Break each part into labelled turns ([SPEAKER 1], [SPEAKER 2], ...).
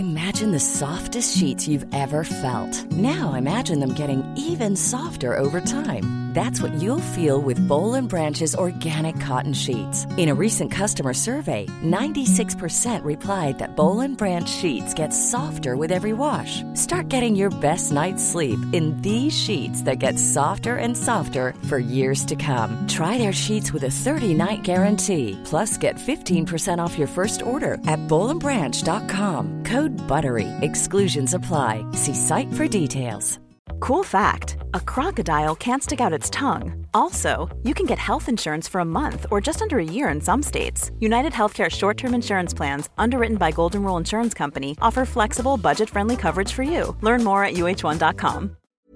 [SPEAKER 1] Imagine the softest sheets you've ever felt. Now imagine them getting even softer over time. That's what you'll feel with Boll and Branch's organic cotton sheets. In a recent customer survey, 96% replied that Boll and Branch sheets get softer with every wash. Start getting your best night's sleep in these sheets that get softer and softer for years to come. Try their sheets with a 30-night guarantee. Plus, get 15% off your first order at bollandbranch.com. Code BUTTERY. Exclusions apply. See site for details.
[SPEAKER 2] Cool fact, a crocodile can't stick out its tongue. Also, you can get health insurance for a month or just under a year in some states. United Healthcare short-term insurance plans, underwritten by Golden Rule Insurance Company, offer flexible, budget-friendly coverage for you. Learn more at uh1.com.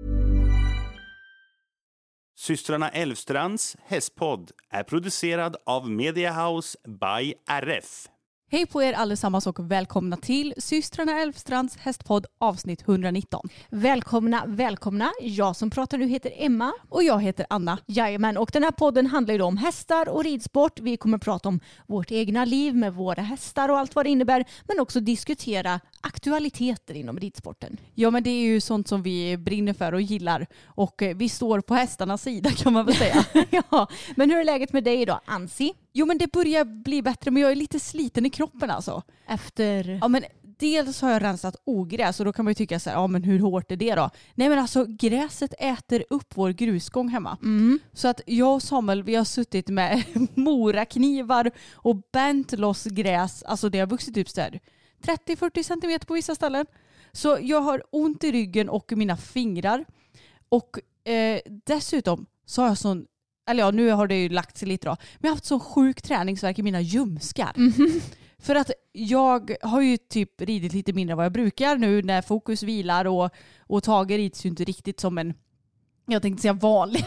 [SPEAKER 3] Systrarna Elfstrands hästpodd är producerad av Media House by RF.
[SPEAKER 4] Hej på er allesammans och välkomna till Systrarna Elfstrands hästpodd avsnitt 119.
[SPEAKER 5] Välkomna. Jag som pratar nu heter Emma.
[SPEAKER 4] Och jag heter Anna.
[SPEAKER 5] Jajamän, och den här podden handlar ju om hästar och ridsport. Vi kommer prata om vårt egna liv med våra hästar och allt vad det innebär. Men också diskutera aktualiteter inom ridsporten.
[SPEAKER 4] Ja, men det är ju sånt som vi brinner för och gillar. Och vi står på hästarnas sida, kan man väl säga.
[SPEAKER 5] Ja, men hur är läget med dig idag, Ansi?
[SPEAKER 4] Jo, men det börjar bli bättre, men jag är lite sliten i kroppen alltså.
[SPEAKER 5] Efter?
[SPEAKER 4] Ja, men dels har jag rensat ogräs och då kan man ju tycka så här, ja men hur hårt är det då? Nej, men alltså gräset äter upp vår grusgång hemma. Så att jag och Samuel, vi har suttit med moraknivar och bänt loss gräs. Alltså det har vuxit upp så här 30-40 centimeter på vissa ställen. Så jag har ont i ryggen och mina fingrar. Och dessutom så har jag sån, eller ja, nu har det ju lagt sig lite då, men jag har haft så sjuk träningsvärk i mina ljumskar. För att jag har ju typ ridit lite mindre än vad jag brukar nu när fokus vilar och Tage rids ju inte riktigt som en, jag tänkte säga vanlig.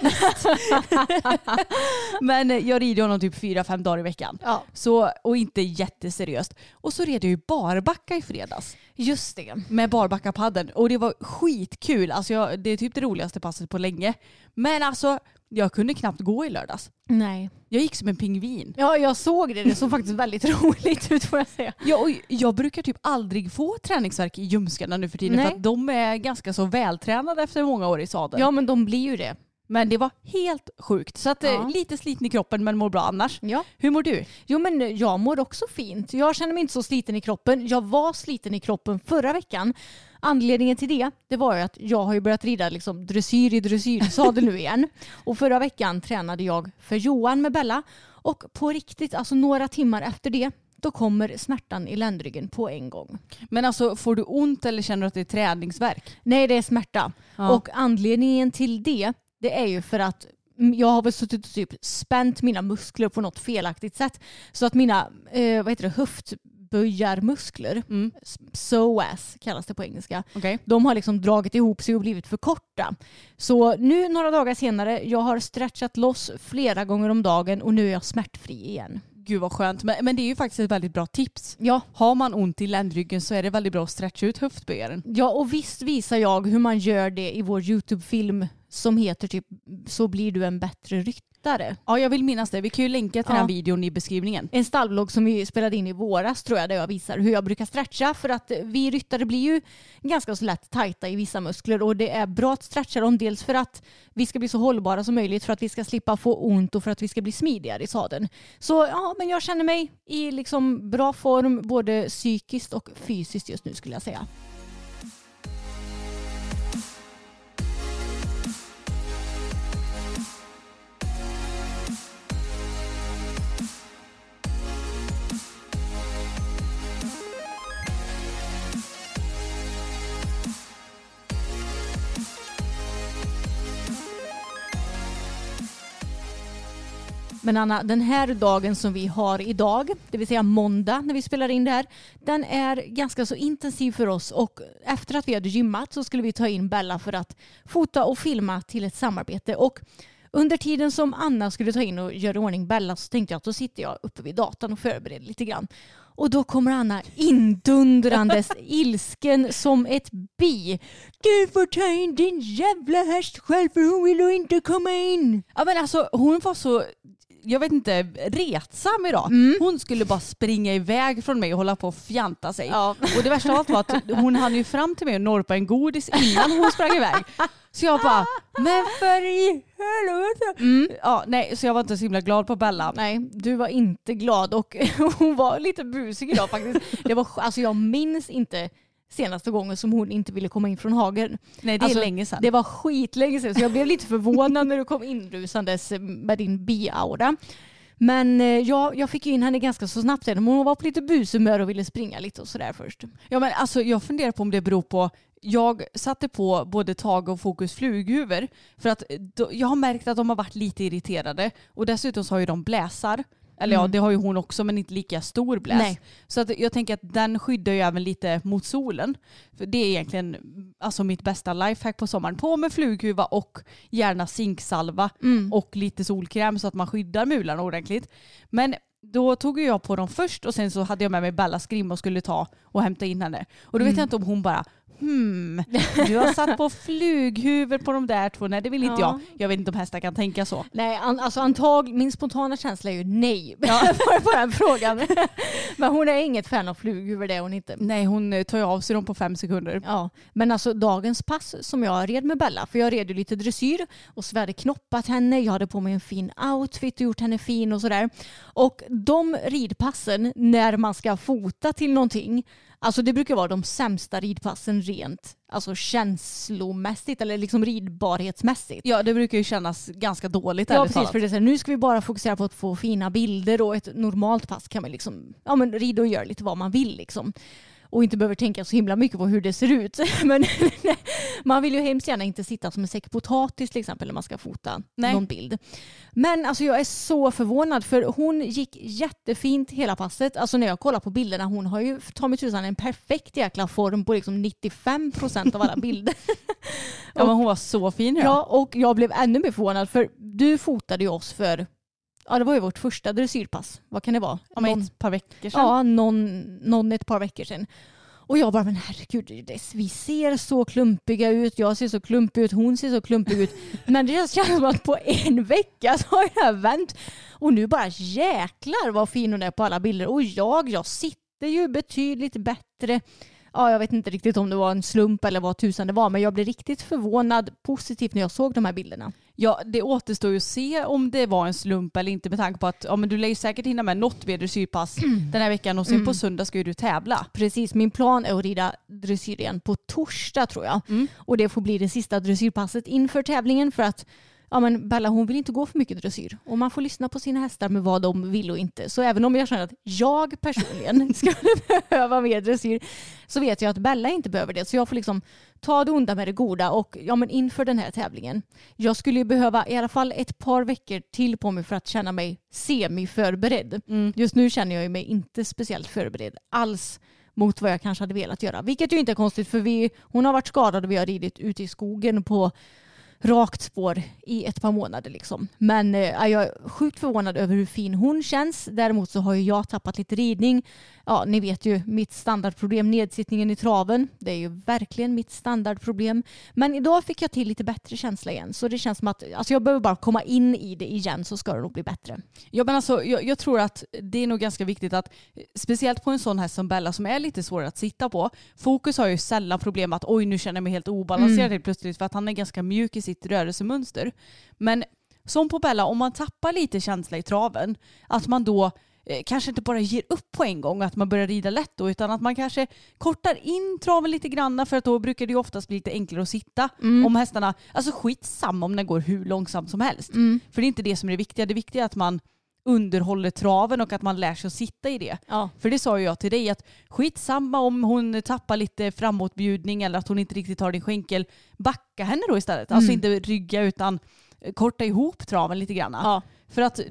[SPEAKER 4] Men jag rider honom typ 4-5 dagar i veckan.
[SPEAKER 5] Ja.
[SPEAKER 4] Så, och inte jätteseriöst. Och så red jag ju barbacka i fredags.
[SPEAKER 5] Just det.
[SPEAKER 4] Med barbackapadden. Och det var skitkul. Alltså det är typ det roligaste passet på länge. Men alltså, jag kunde knappt gå i lördags.
[SPEAKER 5] Nej.
[SPEAKER 4] Jag gick som en pingvin.
[SPEAKER 5] Ja, jag såg det. Det såg faktiskt väldigt roligt ut, får jag säga.
[SPEAKER 4] Ja, och jag brukar typ aldrig få träningsvärk i ljumskarna nu för tiden.
[SPEAKER 5] Nej.
[SPEAKER 4] För att de är ganska så vältränade efter många år i sadeln.
[SPEAKER 5] Ja, men de blir ju det.
[SPEAKER 4] Men det var helt sjukt. Så att lite sliten i kroppen men mår bra annars.
[SPEAKER 5] Ja.
[SPEAKER 4] Hur mår du?
[SPEAKER 5] Jo, men jag mår också fint. Jag känner mig inte så sliten i kroppen. Jag var sliten i kroppen förra veckan. Anledningen till det var ju att jag har ju börjat rida liksom dressyr i dressyrsadel nu igen. Och förra veckan tränade jag för Johan med Bella. Och på riktigt, alltså några timmar efter det, då kommer smärtan i ländryggen på en gång.
[SPEAKER 4] Men alltså, får du ont eller känner du att det är träningsvärk?
[SPEAKER 5] Nej, det är smärta. Ja. Och anledningen till det är ju för att jag har väl suttit och typ spänt mina muskler på något felaktigt sätt. Så att mina höftböjarmuskler, psoas kallas det på engelska.
[SPEAKER 4] Okay.
[SPEAKER 5] De har liksom dragit ihop sig och blivit för korta. Så nu några dagar senare, jag har stretchat loss flera gånger om dagen och nu är jag smärtfri igen.
[SPEAKER 4] Gud vad skönt. Men det är ju faktiskt ett väldigt bra tips.
[SPEAKER 5] Ja.
[SPEAKER 4] Har man ont i ländryggen så är det väldigt bra att stretcha ut höftböjaren.
[SPEAKER 5] Ja, och visst visar jag hur man gör det i vår YouTube-film som heter typ Så blir du en bättre ryttare.
[SPEAKER 4] Ja, jag vill minnas det. Vi kan ju länka till den här videon i beskrivningen.
[SPEAKER 5] En stallvlogg som vi spelade in i våras tror jag, där jag visar hur jag brukar stretcha, för att vi ryttare blir ju ganska så lätt tajta i vissa muskler och det är bra att stretcha dem, dels för att vi ska bli så hållbara som möjligt, för att vi ska slippa få ont och för att vi ska bli smidigare i sadeln. Så ja, men jag känner mig i liksom bra form både psykiskt och fysiskt just nu, skulle jag säga. Men Anna, den här dagen som vi har idag, det vill säga måndag när vi spelar in det här, den är ganska så intensiv för oss, och efter att vi hade gymmat så skulle vi ta in Bella för att fota och filma till ett samarbete. Och under tiden som Anna skulle ta in och göra i ordning Bella så tänkte jag att då sitter jag uppe vid datorn och förbereder lite grann. Och då kommer Anna indundrandes ilsken som ett bi. Du får ta in din jävla häst själv för hon vill ju inte komma in.
[SPEAKER 4] Ja, men alltså hon var så jag vet inte, retsam idag. Hon skulle bara springa iväg från mig och hålla på och fjanta sig. Ja. Och det värsta av allt var att hon hann ju fram till mig och norpa en godis innan hon sprang iväg. Så jag bara, men för i helvete. Ja, nej, så jag var inte så himla glad på Bella.
[SPEAKER 5] Nej, du var inte glad och hon var lite busig idag faktiskt. Det var, alltså jag minns inte senaste gången som hon inte ville komma in från hagen.
[SPEAKER 4] Nej, det är länge sedan.
[SPEAKER 5] Det var skitlänge sedan, så jag blev lite förvånad när du kom inrusandes med din bi-aura. Men jag fick in henne ganska så snabbt sedan. Hon var på lite busumör och ville springa lite och sådär först.
[SPEAKER 4] Ja, men alltså jag funderar på om det beror på, jag satte på både Tage och Fokus flughuvud för att jag har märkt att de har varit lite irriterade och dessutom så har ju de bläsar. Eller ja, det har ju hon också, men inte lika stor bläs. Nej. Så att jag tänker att den skyddar ju även lite mot solen. För det är egentligen alltså mitt bästa lifehack på sommaren. På med flughuva och gärna zinksalva och lite solkräm så att man skyddar mularna ordentligt. Men då tog jag på dem först och sen så hade jag med mig Bellas skrim och skulle ta och hämta in henne. Och då vet jag inte om hon bara du har satt på flughuvud på de där två. Nej, det vill inte jag. Jag vet inte om hästar kan tänka så.
[SPEAKER 5] Nej, alltså min spontana känsla är ju nej på den frågan. Men hon är inget fan av flughuvud, det är hon inte.
[SPEAKER 4] Nej, hon tar ju av sig dem på 5 sekunder.
[SPEAKER 5] Ja, men alltså dagens pass som jag red med Bella, för jag red ju lite dressyr och så hade knoppat henne. Jag hade på mig en fin outfit och gjort henne fin och sådär. Och de ridpassen när man ska fota till någonting, alltså det brukar vara de sämsta ridpassen rent, alltså känslomässigt eller liksom ridbarhetsmässigt.
[SPEAKER 4] Ja, det brukar ju kännas ganska dåligt.
[SPEAKER 5] Ja, precis, för det är så här, nu ska vi bara fokusera på att få fina bilder och ett normalt pass kan man liksom, ja men rida och göra lite vad man vill liksom. Och inte behöver tänka så himla mycket på hur det ser ut. Men man vill ju hemskt gärna inte sitta som en säck potatis till exempel när man ska fota någon bild. Men alltså jag är så förvånad för hon gick jättefint hela passet. Alltså när jag kollar på bilderna, hon har ju tagit tusan en perfekt jäkla form på liksom 95% av alla bilder.
[SPEAKER 4] Ja, men hon var så fin.
[SPEAKER 5] Ja, och jag blev ännu mer förvånad för du fotade ju oss för... Ja, det var ju vårt första dressyrpass. Vad kan det vara?
[SPEAKER 4] Om ett par veckor sedan.
[SPEAKER 5] Ja, någon ett par veckor sedan. Och jag bara, men herregud, vi ser så klumpiga ut. Jag ser så klumpig ut, hon ser så klumpig ut. Men det känns som att på en vecka så har jag vänt. Och nu bara jäklar vad fin hon är på alla bilder. Och jag sitter ju betydligt bättre. Ja, jag vet inte riktigt om det var en slump eller vad tusan det var. Men jag blev riktigt förvånad positivt när jag såg de här bilderna.
[SPEAKER 4] Ja, det återstår ju att se om det var en slump eller inte med tanke på att men du lär ju säkert hinna med något mer dressyrpass den här veckan och sen på söndag ska ju du tävla.
[SPEAKER 5] Precis, min plan är att rida dressyr igen på torsdag tror jag. Och det får bli det sista dressyrpasset inför tävlingen för att men Bella hon vill inte gå för mycket dressyr. Och man får lyssna på sina hästar med vad de vill och inte. Så även om jag känner att jag personligen skulle behöva mer dressyr så vet jag att Bella inte behöver det. Så jag får liksom ta det onda med det goda och men inför den här tävlingen. Jag skulle ju behöva i alla fall ett par veckor till på mig för att känna mig semi-förberedd. Just nu känner jag mig inte speciellt förberedd alls mot vad jag kanske hade velat göra. Vilket ju inte är konstigt för hon har varit skadad och vi har ridit ute i skogen på rakt spår i ett par månader liksom. Men jag är sjukt förvånad över hur fin hon känns. Däremot så har ju jag tappat lite ridning. Ja, ni vet ju mitt standardproblem, nedsittningen i traven. Det är ju verkligen mitt standardproblem. Men idag fick jag till lite bättre känsla igen. Så det känns som att jag behöver bara komma in i det igen så ska det nog bli bättre.
[SPEAKER 4] Ja, men alltså jag tror att det är nog ganska viktigt att speciellt på en sån häst som Bella som är lite svår att sitta på. Fokus har ju sällan problem att nu känner jag mig helt obalanserad helt plötsligt för att han är ganska mjuk i sitt rörelsemönster. Men som på Bella, om man tappar lite känsla i traven, att man då kanske inte bara ger upp på en gång att man börjar rida lätt då, utan att man kanske kortar in traven lite grann för att då brukar det ju oftast bli lite enklare att sitta om hästarna, alltså skitsamma om den går hur långsamt som helst. För det är inte det som är det viktiga. Det viktiga är att man underhåller traven och att man lär sig att sitta i det. Ja. För det sa jag till dig att skitsamma om hon tappar lite framåtbjudning eller att hon inte riktigt har din skänkel. Backa henne då istället. Alltså inte rygga utan korta ihop traven lite grann. Ja. För att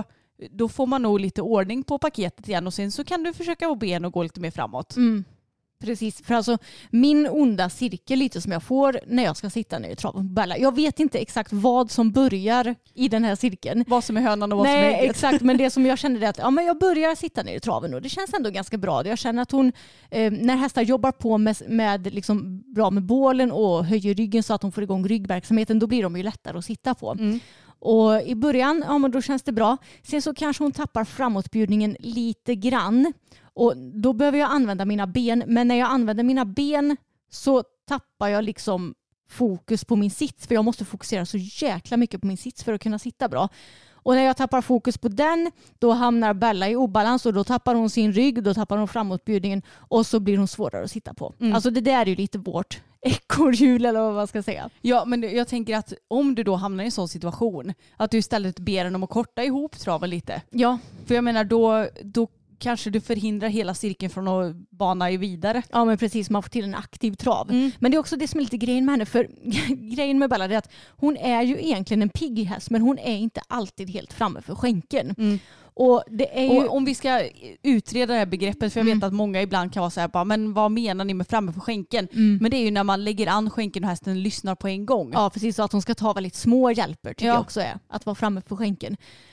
[SPEAKER 4] då får man nog lite ordning på paketet igen och sen så kan du försöka vara ben och gå lite mer framåt.
[SPEAKER 5] Precis, för alltså min onda cirkel lite som jag får när jag ska sitta ner i traven på Bella. Jag vet inte exakt vad som börjar i den här cirkeln.
[SPEAKER 4] Vad som är hönan och vad som är ägget.
[SPEAKER 5] Exakt, men det som jag känner är att jag börjar sitta ner i traven och det känns ändå ganska bra. Jag känner att hon, när hästar jobbar på med liksom bra med bålen och höjer ryggen så att de får igång ryggverksamheten, då blir de ju lättare att sitta på. Och i början, ja men då känns det bra. Sen så kanske hon tappar framåtbjudningen lite grann. Och då behöver jag använda mina ben. Men när jag använder mina ben så tappar jag liksom fokus på min sits. För jag måste fokusera så jäkla mycket på min sits för att kunna sitta bra. Och när jag tappar fokus på den, då hamnar Bella i obalans och då tappar hon sin rygg, då tappar hon framåtbjudningen och så blir hon svårare att sitta på. Alltså det där är ju lite vårt ekorrhjul eller vad man ska säga.
[SPEAKER 4] Ja, men jag tänker att om du då hamnar i en sån situation, att du istället ber dem att korta ihop traven lite.
[SPEAKER 5] Ja.
[SPEAKER 4] För jag menar, då kanske du förhindrar hela cirkeln från att bana vidare.
[SPEAKER 5] Ja, men precis. Man får till en aktiv trav. Men det är också det som är lite grejen med henne. För grejen med Bella är att hon är ju egentligen en pigg häst, men hon är inte alltid helt framme för skänken. Och det är ju...
[SPEAKER 4] Och om vi ska utreda det här begreppet, för jag vet att många ibland kan vara så här, bara, men vad menar ni med framme för skänken? Men det är ju när man lägger an skänken och hästen lyssnar på en gång.
[SPEAKER 5] Ja, precis. Så att hon ska ta väldigt små hjälper tycker jag också är. Att vara framme för skänken.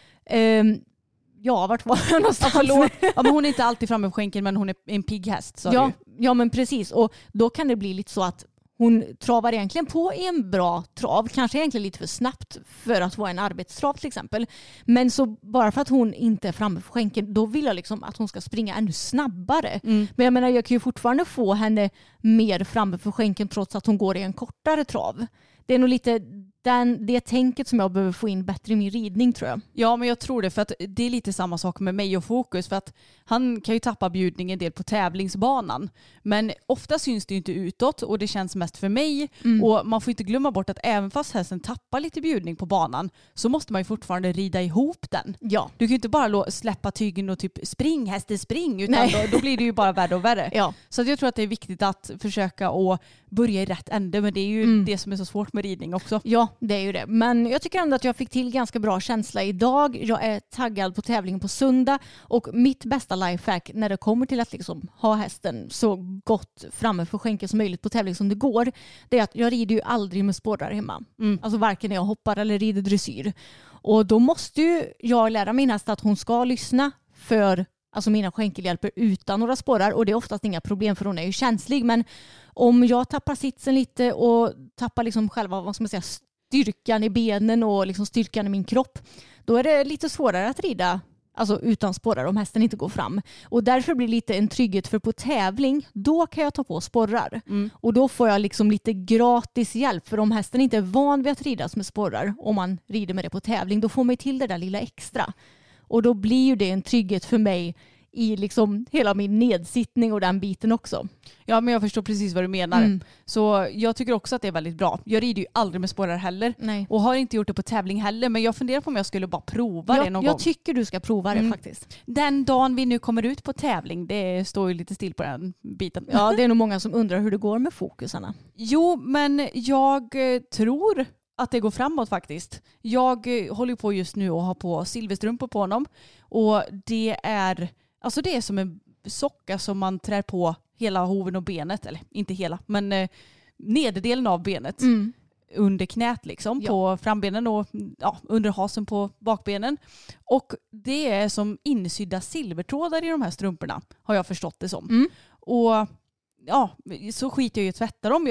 [SPEAKER 5] Ja, vart var jag någonstans?
[SPEAKER 4] Ja, men hon är inte alltid framme på skänken, men hon är en pigg häst.
[SPEAKER 5] Ja, men precis. Och då kan det bli lite så att hon travar egentligen på en bra trav. Kanske egentligen lite för snabbt för att vara en arbetstrav till exempel. Men så bara för att hon inte är framme på skänken, då vill jag liksom att hon ska springa ännu snabbare. Men jag menar, jag kan ju fortfarande få henne mer framme på skänken trots att hon går i en kortare trav. Det är nog lite det tänket som jag behöver få in bättre i min ridning, tror jag.
[SPEAKER 4] Ja, men jag tror det, för att det är lite samma sak med mig och Fokus, för att han kan ju tappa bjudning en del på tävlingsbanan, men ofta syns det ju inte utåt och det känns mest för mig. Och man får inte glömma bort att även fast hästen tappar lite bjudning på banan så måste man ju fortfarande rida ihop den.
[SPEAKER 5] Ja.
[SPEAKER 4] Du kan ju inte bara släppa tygen och typ spring hästen spring, utan då blir det ju bara värre och värre.
[SPEAKER 5] Ja.
[SPEAKER 4] Så att jag tror att det är viktigt att försöka att börja i rätt ände, men det är ju det som är så svårt med ridning också.
[SPEAKER 5] Ja, det är ju det. Men jag tycker ändå att jag fick till ganska bra känsla idag. Jag är taggad på tävlingen på söndag och mitt bästa lifehack när det kommer till att liksom ha hästen så gott framme för skänken som möjligt på tävling som det går, det är att jag rider ju aldrig med sporrar hemma. Alltså varken när jag hoppar eller rider dressyr. Och då måste ju jag lära min häst att hon ska lyssna för alltså mina skänkelhjälper utan några sporrar, och det är oftast inga problem för hon är ju känslig. Men om jag tappar sitsen lite och tappar liksom själva, vad ska man säga, styrkan i benen och liksom styrkan i min kropp, då är det lite svårare att rida alltså utan sporrar om hästen inte går fram. Och därför blir det lite en trygghet, för på tävling då kan jag ta på sporrar. Och då får jag liksom lite gratis hjälp, för om hästen inte är van vid att ridas med sporrar, om man rider med det på tävling, då får man till det där lilla extra. Och då blir ju det en trygghet för mig i liksom hela min nedsittning och den biten också.
[SPEAKER 4] Ja, men jag förstår precis vad du menar. Så jag tycker också att det är väldigt bra. Jag rider ju aldrig med sporrar heller.
[SPEAKER 5] Nej.
[SPEAKER 4] Och har inte gjort det på tävling heller. Men jag funderar på om jag skulle bara prova det någon gång.
[SPEAKER 5] Jag tycker du ska prova det faktiskt.
[SPEAKER 4] Den dagen vi nu kommer ut på tävling, det står ju lite still på den biten.
[SPEAKER 5] Ja, det är nog många som undrar hur det går med fokusarna.
[SPEAKER 4] Jo, men jag tror att det går framåt faktiskt. Jag håller på just nu och har på silverstrumpor på honom. Och det är som en socka som man trär på hela hoven och benet. Eller inte hela, men nederdelen av benet. Under knät liksom, på frambenen och under hasen på bakbenen. Och det är som insydda silvertrådar i de här strumporna, har jag förstått det som. Och ja, så skiter jag i att tvätta dem.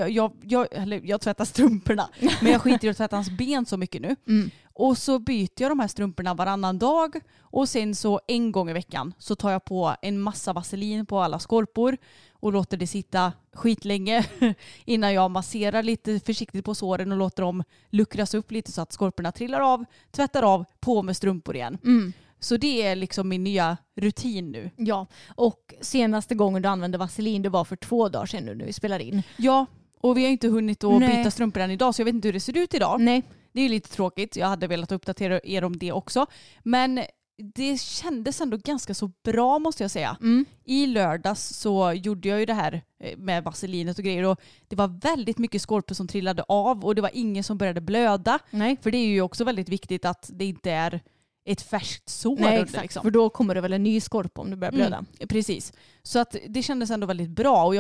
[SPEAKER 4] Jag tvättar strumporna, men jag skiter i att tvätta hans ben så mycket nu. Och så byter jag de här strumporna varannan dag. Och sen så en gång i veckan så tar jag på en massa vaselin på alla skorpor och låter det sitta skitlänge innan jag masserar lite försiktigt på såren och låter dem luckras upp lite så att skorporna trillar av, tvättar av, på med strumpor igen. Så det är liksom min nya rutin nu. Ja,
[SPEAKER 5] och senaste gången du använde vaselin, det var för 2 dagar sedan nu när vi spelar in.
[SPEAKER 4] Ja, och vi har inte hunnit att byta strumpor än idag, så jag vet inte hur det ser ut idag.
[SPEAKER 5] Nej.
[SPEAKER 4] Det är lite tråkigt. Jag hade velat uppdatera er om det också. Men det kändes ändå ganska så bra, måste jag säga. I lördags så gjorde jag ju det här med vaselinet och grejer. Och det var väldigt mycket skorpor som trillade av. Och det var ingen som började blöda.
[SPEAKER 5] Nej.
[SPEAKER 4] För det är ju också väldigt viktigt att det inte är ett färskt sår.
[SPEAKER 5] Nej, exakt. Liksom. För då kommer det väl en ny skorpa om du börjar blöda.
[SPEAKER 4] Precis. Så att det kändes ändå väldigt bra. Och jag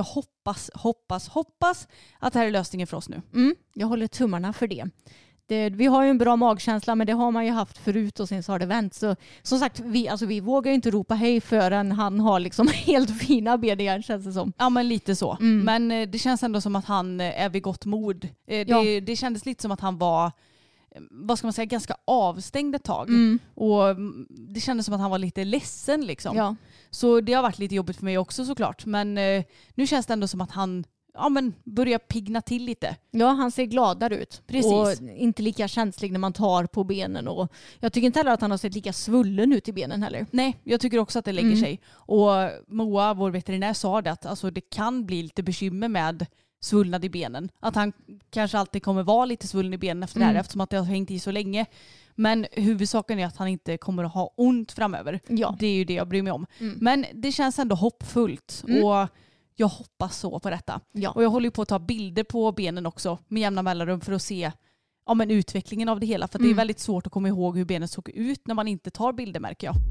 [SPEAKER 4] hoppas att det här är lösningen för oss nu.
[SPEAKER 5] Jag håller tummarna för det. Vi har ju en bra magkänsla, men det har man ju haft förut och sen så har det vänt. Så som sagt, vi vågar ju inte ropa hej förrän han har liksom helt fina ben igen, känns det som.
[SPEAKER 4] Ja, men lite så. Men det känns ändå som att han är vid gott mod. Det kändes lite som att han var vad ska man säga, ganska avstängd ett tag. Och det kändes som att han var lite ledsen liksom.
[SPEAKER 5] Ja.
[SPEAKER 4] Så det har varit lite jobbigt för mig också såklart. Men nu känns det ändå som att han börjar pigna till lite.
[SPEAKER 5] Ja, han ser gladare ut.
[SPEAKER 4] Precis.
[SPEAKER 5] Och inte lika känslig när man tar på benen. Och jag tycker inte heller att han har sett lika svullen ut i benen heller.
[SPEAKER 4] Nej, jag tycker också att det lägger sig. Och Moa, vår veterinär, sa det att alltså, det kan bli lite bekymmer med svullnad i benen. Att han kanske alltid kommer vara lite svullen i benen efter det här eftersom att det har hängt i så länge. Men huvudsaken är att han inte kommer att ha ont framöver.
[SPEAKER 5] Ja.
[SPEAKER 4] Det är ju det jag bryr mig om. Men det känns ändå hoppfullt och jag hoppas så på detta.
[SPEAKER 5] Ja.
[SPEAKER 4] Och jag håller ju på att ta bilder på benen också med jämna mellanrum för att se utvecklingen av det hela. För det är väldigt svårt att komma ihåg hur benen såg ut när man inte tar bilder, märker jag.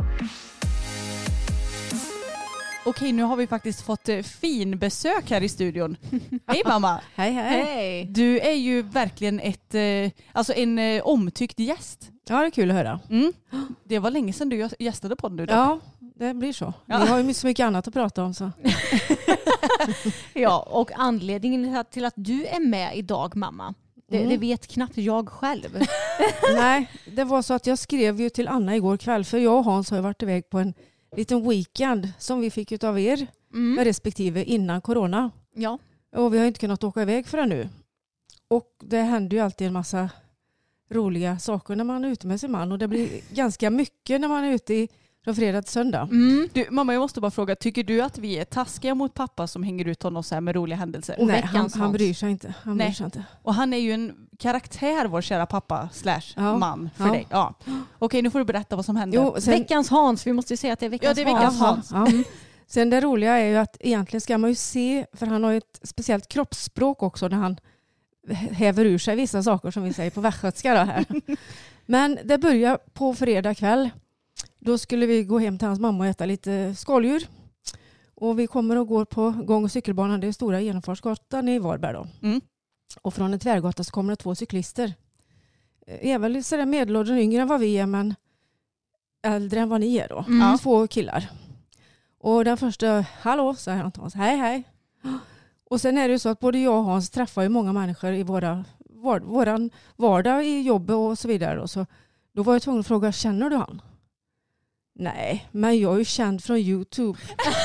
[SPEAKER 4] Okej, nu har vi faktiskt fått fin besök här i studion. Hej mamma!
[SPEAKER 6] Hej, hej.
[SPEAKER 5] Hej!
[SPEAKER 4] Du är ju verkligen en omtyckt gäst.
[SPEAKER 6] Ja, det är kul att höra.
[SPEAKER 4] Det var länge sedan du gästade på den nu då.
[SPEAKER 6] Ja, det blir så.
[SPEAKER 4] Ja.
[SPEAKER 6] Vi har ju så mycket annat att prata om. Så.
[SPEAKER 5] Ja, och anledningen till att du är med idag, mamma, det vet knappt jag själv.
[SPEAKER 6] Nej, det var så att jag skrev ju till Anna igår kväll, för jag och Hans har ju varit iväg på en liten weekend som vi fick av er med respektive innan corona.
[SPEAKER 5] Ja.
[SPEAKER 6] Och vi har inte kunnat åka iväg förrän nu. Och det händer ju alltid en massa roliga saker när man är ute med sin man. Och det blir ganska mycket när man är ute från fredag till söndag.
[SPEAKER 4] Du, mamma, jag måste bara fråga, tycker du att vi är taskiga mot pappa som hänger ut honom så här med roliga händelser?
[SPEAKER 6] Nej, han bryr sig inte. Han bryr sig inte.
[SPEAKER 4] Och han är ju en karaktär, vår kära pappa / man för dig. Ja. Okej, nu får du berätta vad som hände.
[SPEAKER 6] Jo,
[SPEAKER 5] Veckans Hans, vi måste säga att det är veckans
[SPEAKER 4] Ja, det är veckans
[SPEAKER 5] Hans.
[SPEAKER 4] Hans.
[SPEAKER 6] Ja. Sen det roliga är ju att egentligen ska man ju se, för han har ju ett speciellt kroppsspråk också när han häver ur sig vissa saker som vi säger på västgötska då här. Men det börjar på fredag kväll. Då skulle vi gå hem till hans mamma och äta lite skaldjur. Och vi kommer och går på gång- och cykelbanan. Det är stora genomfartsgatan i Varberg då. Och från en tvärgata så kommer det 2 cyklister. Är väl sådär medelåldern, yngre än vad vi är, men äldre än vad ni är då. 2 killar. Och den första, hallå, säger han till oss. Hej, hej. Och sen är det ju så att både jag och Hans träffar ju många människor i våran vardag i jobbet och så vidare. Och så, då var jag tvungen att fråga, känner du han? Nej, men jag är ju känd från YouTube.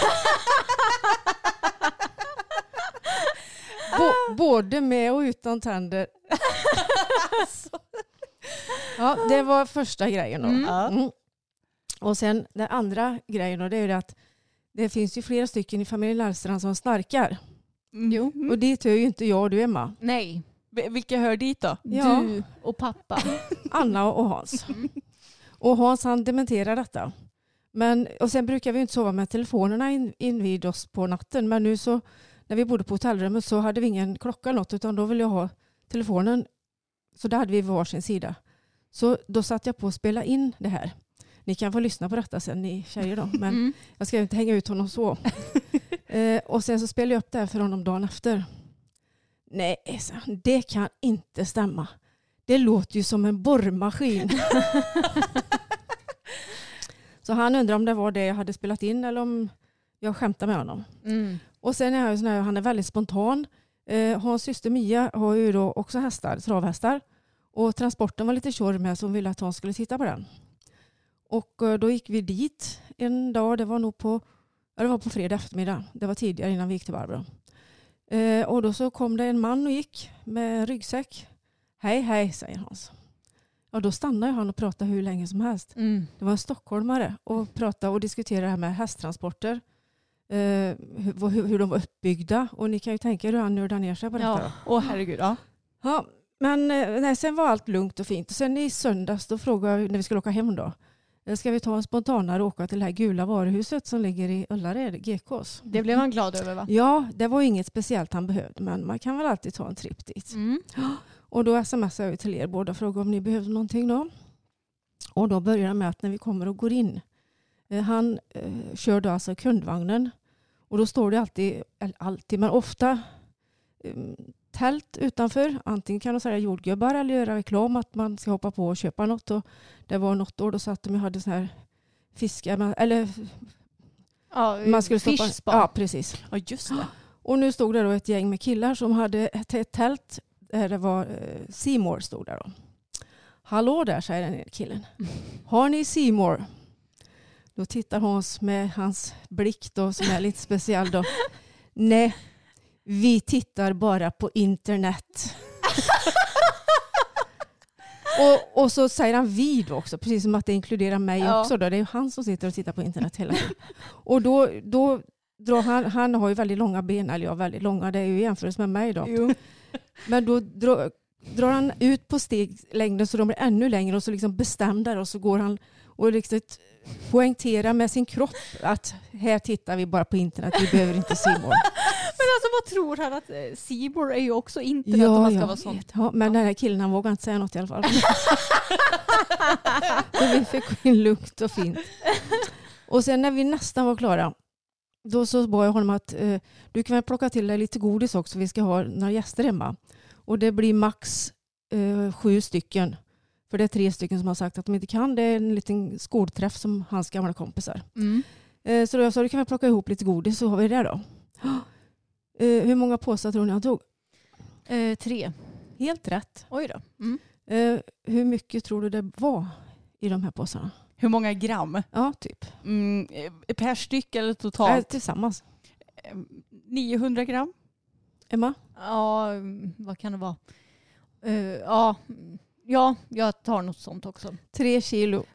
[SPEAKER 6] Både med och utan tänder. Ja, det var första grejen då. Och sen den andra grejen då, det är ju att det finns ju flera stycken i familjen Lärstrand som snarkar.
[SPEAKER 5] Jo.
[SPEAKER 6] Och dit hör ju inte jag och du, Emma.
[SPEAKER 5] Nej.
[SPEAKER 4] Vilka hör dit då?
[SPEAKER 6] Ja.
[SPEAKER 5] Du och pappa.
[SPEAKER 6] Anna och Hans. Och Hans, han dementerar detta. Och sen brukar vi inte sova med telefonerna invid oss på natten. Men nu så, när vi bodde på hotellrummet, så hade vi ingen klocka eller något, utan då ville jag ha telefonen. Så där hade vi varsin sida. Så då satt jag på att spela in det här. Ni kan få lyssna på detta sen, ni tjejer då. Men jag ska inte hänga ut honom så. Och sen så spelade jag upp det här för honom dagen efter. Nej, det kan inte stämma. Det låter ju som en borrmaskin. Så han undrar om det var det jag hade spelat in eller om jag skämtade med honom. Och sen är han är väldigt spontan. Hans syster Mia har ju då också hästar, travhästar. Och transporten var lite tjorr med, så hon ville att han skulle titta på den. Och då gick vi dit en dag, det var nog på fredag eftermiddag. Det var tidigare innan vi gick till Barbro. Och då så kom det en man och gick med ryggsäck. Hej, hej, säger Hans. Och då stannade han och pratade hur länge som helst. Det var en stockholmare och pratade och diskuterade det här med hästtransporter. Hur de var uppbyggda. Och ni kan ju tänka er hur han nördade ner sig på detta.
[SPEAKER 4] Åh herregud, ja.
[SPEAKER 6] Ja, men sen var allt lugnt och fint. Och sen i söndags då frågade jag när vi skulle åka hem då. Ska vi ta en spontanare och åka till det här gula varuhuset som ligger i Ullared, GKs?
[SPEAKER 5] Det blev han glad över, va?
[SPEAKER 6] Ja, det var inget speciellt han behövde, men man kan väl alltid ta en tripp dit. Och då smsade jag till er båda och frågade om ni behövde någonting då. Och då börjar det med att när vi kommer och går in. Han kör då alltså kundvagnen. Och då står det alltid, men ofta tält utanför. Antingen kan de säga jordgubbar eller göra reklam att man ska hoppa på och köpa något. Och det var något år då så att de hade sån här fiskar, eller man skulle stoppa. Ja, precis.
[SPEAKER 4] Ja, just det.
[SPEAKER 6] Och nu stod det då ett gäng med killar som hade ett tält där det var C More stod där då. Hallå där, säger den killen. Har ni C More? Då tittar Hans med hans blick då, som är lite speciell då. Nej, vi tittar bara på internet. och så säger han vi då också, precis som att det inkluderar mig också. Då. Det är ju han som sitter och tittar på internet hela tiden. Och då drar han har ju väldigt långa ben, eller ja, väldigt långa, det är ju jämförelse med mig då.
[SPEAKER 5] Jo.
[SPEAKER 6] Men då drar han ut på steglängden så de blir ännu längre och så liksom bestämdare och så går han och liksom poängterar med sin kropp att här tittar vi bara på internet, vi behöver inte C More.
[SPEAKER 5] Men alltså vad tror han att C More är ju också internet om man ska vara sån.
[SPEAKER 6] Ja, men den här killen han vågar inte säga något i alla fall. Så vi fick gå in lugnt och fint. Och sen när vi nästan var klara, då så bad jag honom att du kan väl plocka till dig lite godis också, vi ska ha några gäster hemma. Och det blir max 7 stycken. För det är 3 stycken som har sagt att de inte kan. Det är en liten skolträff som hans gamla kompisar. Så då jag sa, du kan väl plocka ihop lite godis så har vi det då. Hur många påsar tror ni han tog?
[SPEAKER 5] 3.
[SPEAKER 6] Helt rätt.
[SPEAKER 5] Oj då.
[SPEAKER 6] Hur mycket tror du det var i de här påsarna?
[SPEAKER 4] Hur många gram?
[SPEAKER 6] Ja, typ.
[SPEAKER 4] Per styck eller totalt?
[SPEAKER 6] Tillsammans.
[SPEAKER 4] 900 gram.
[SPEAKER 6] Emma?
[SPEAKER 5] Ja, vad kan det vara? Ja, jag tar något sånt också.
[SPEAKER 6] 3 kilo.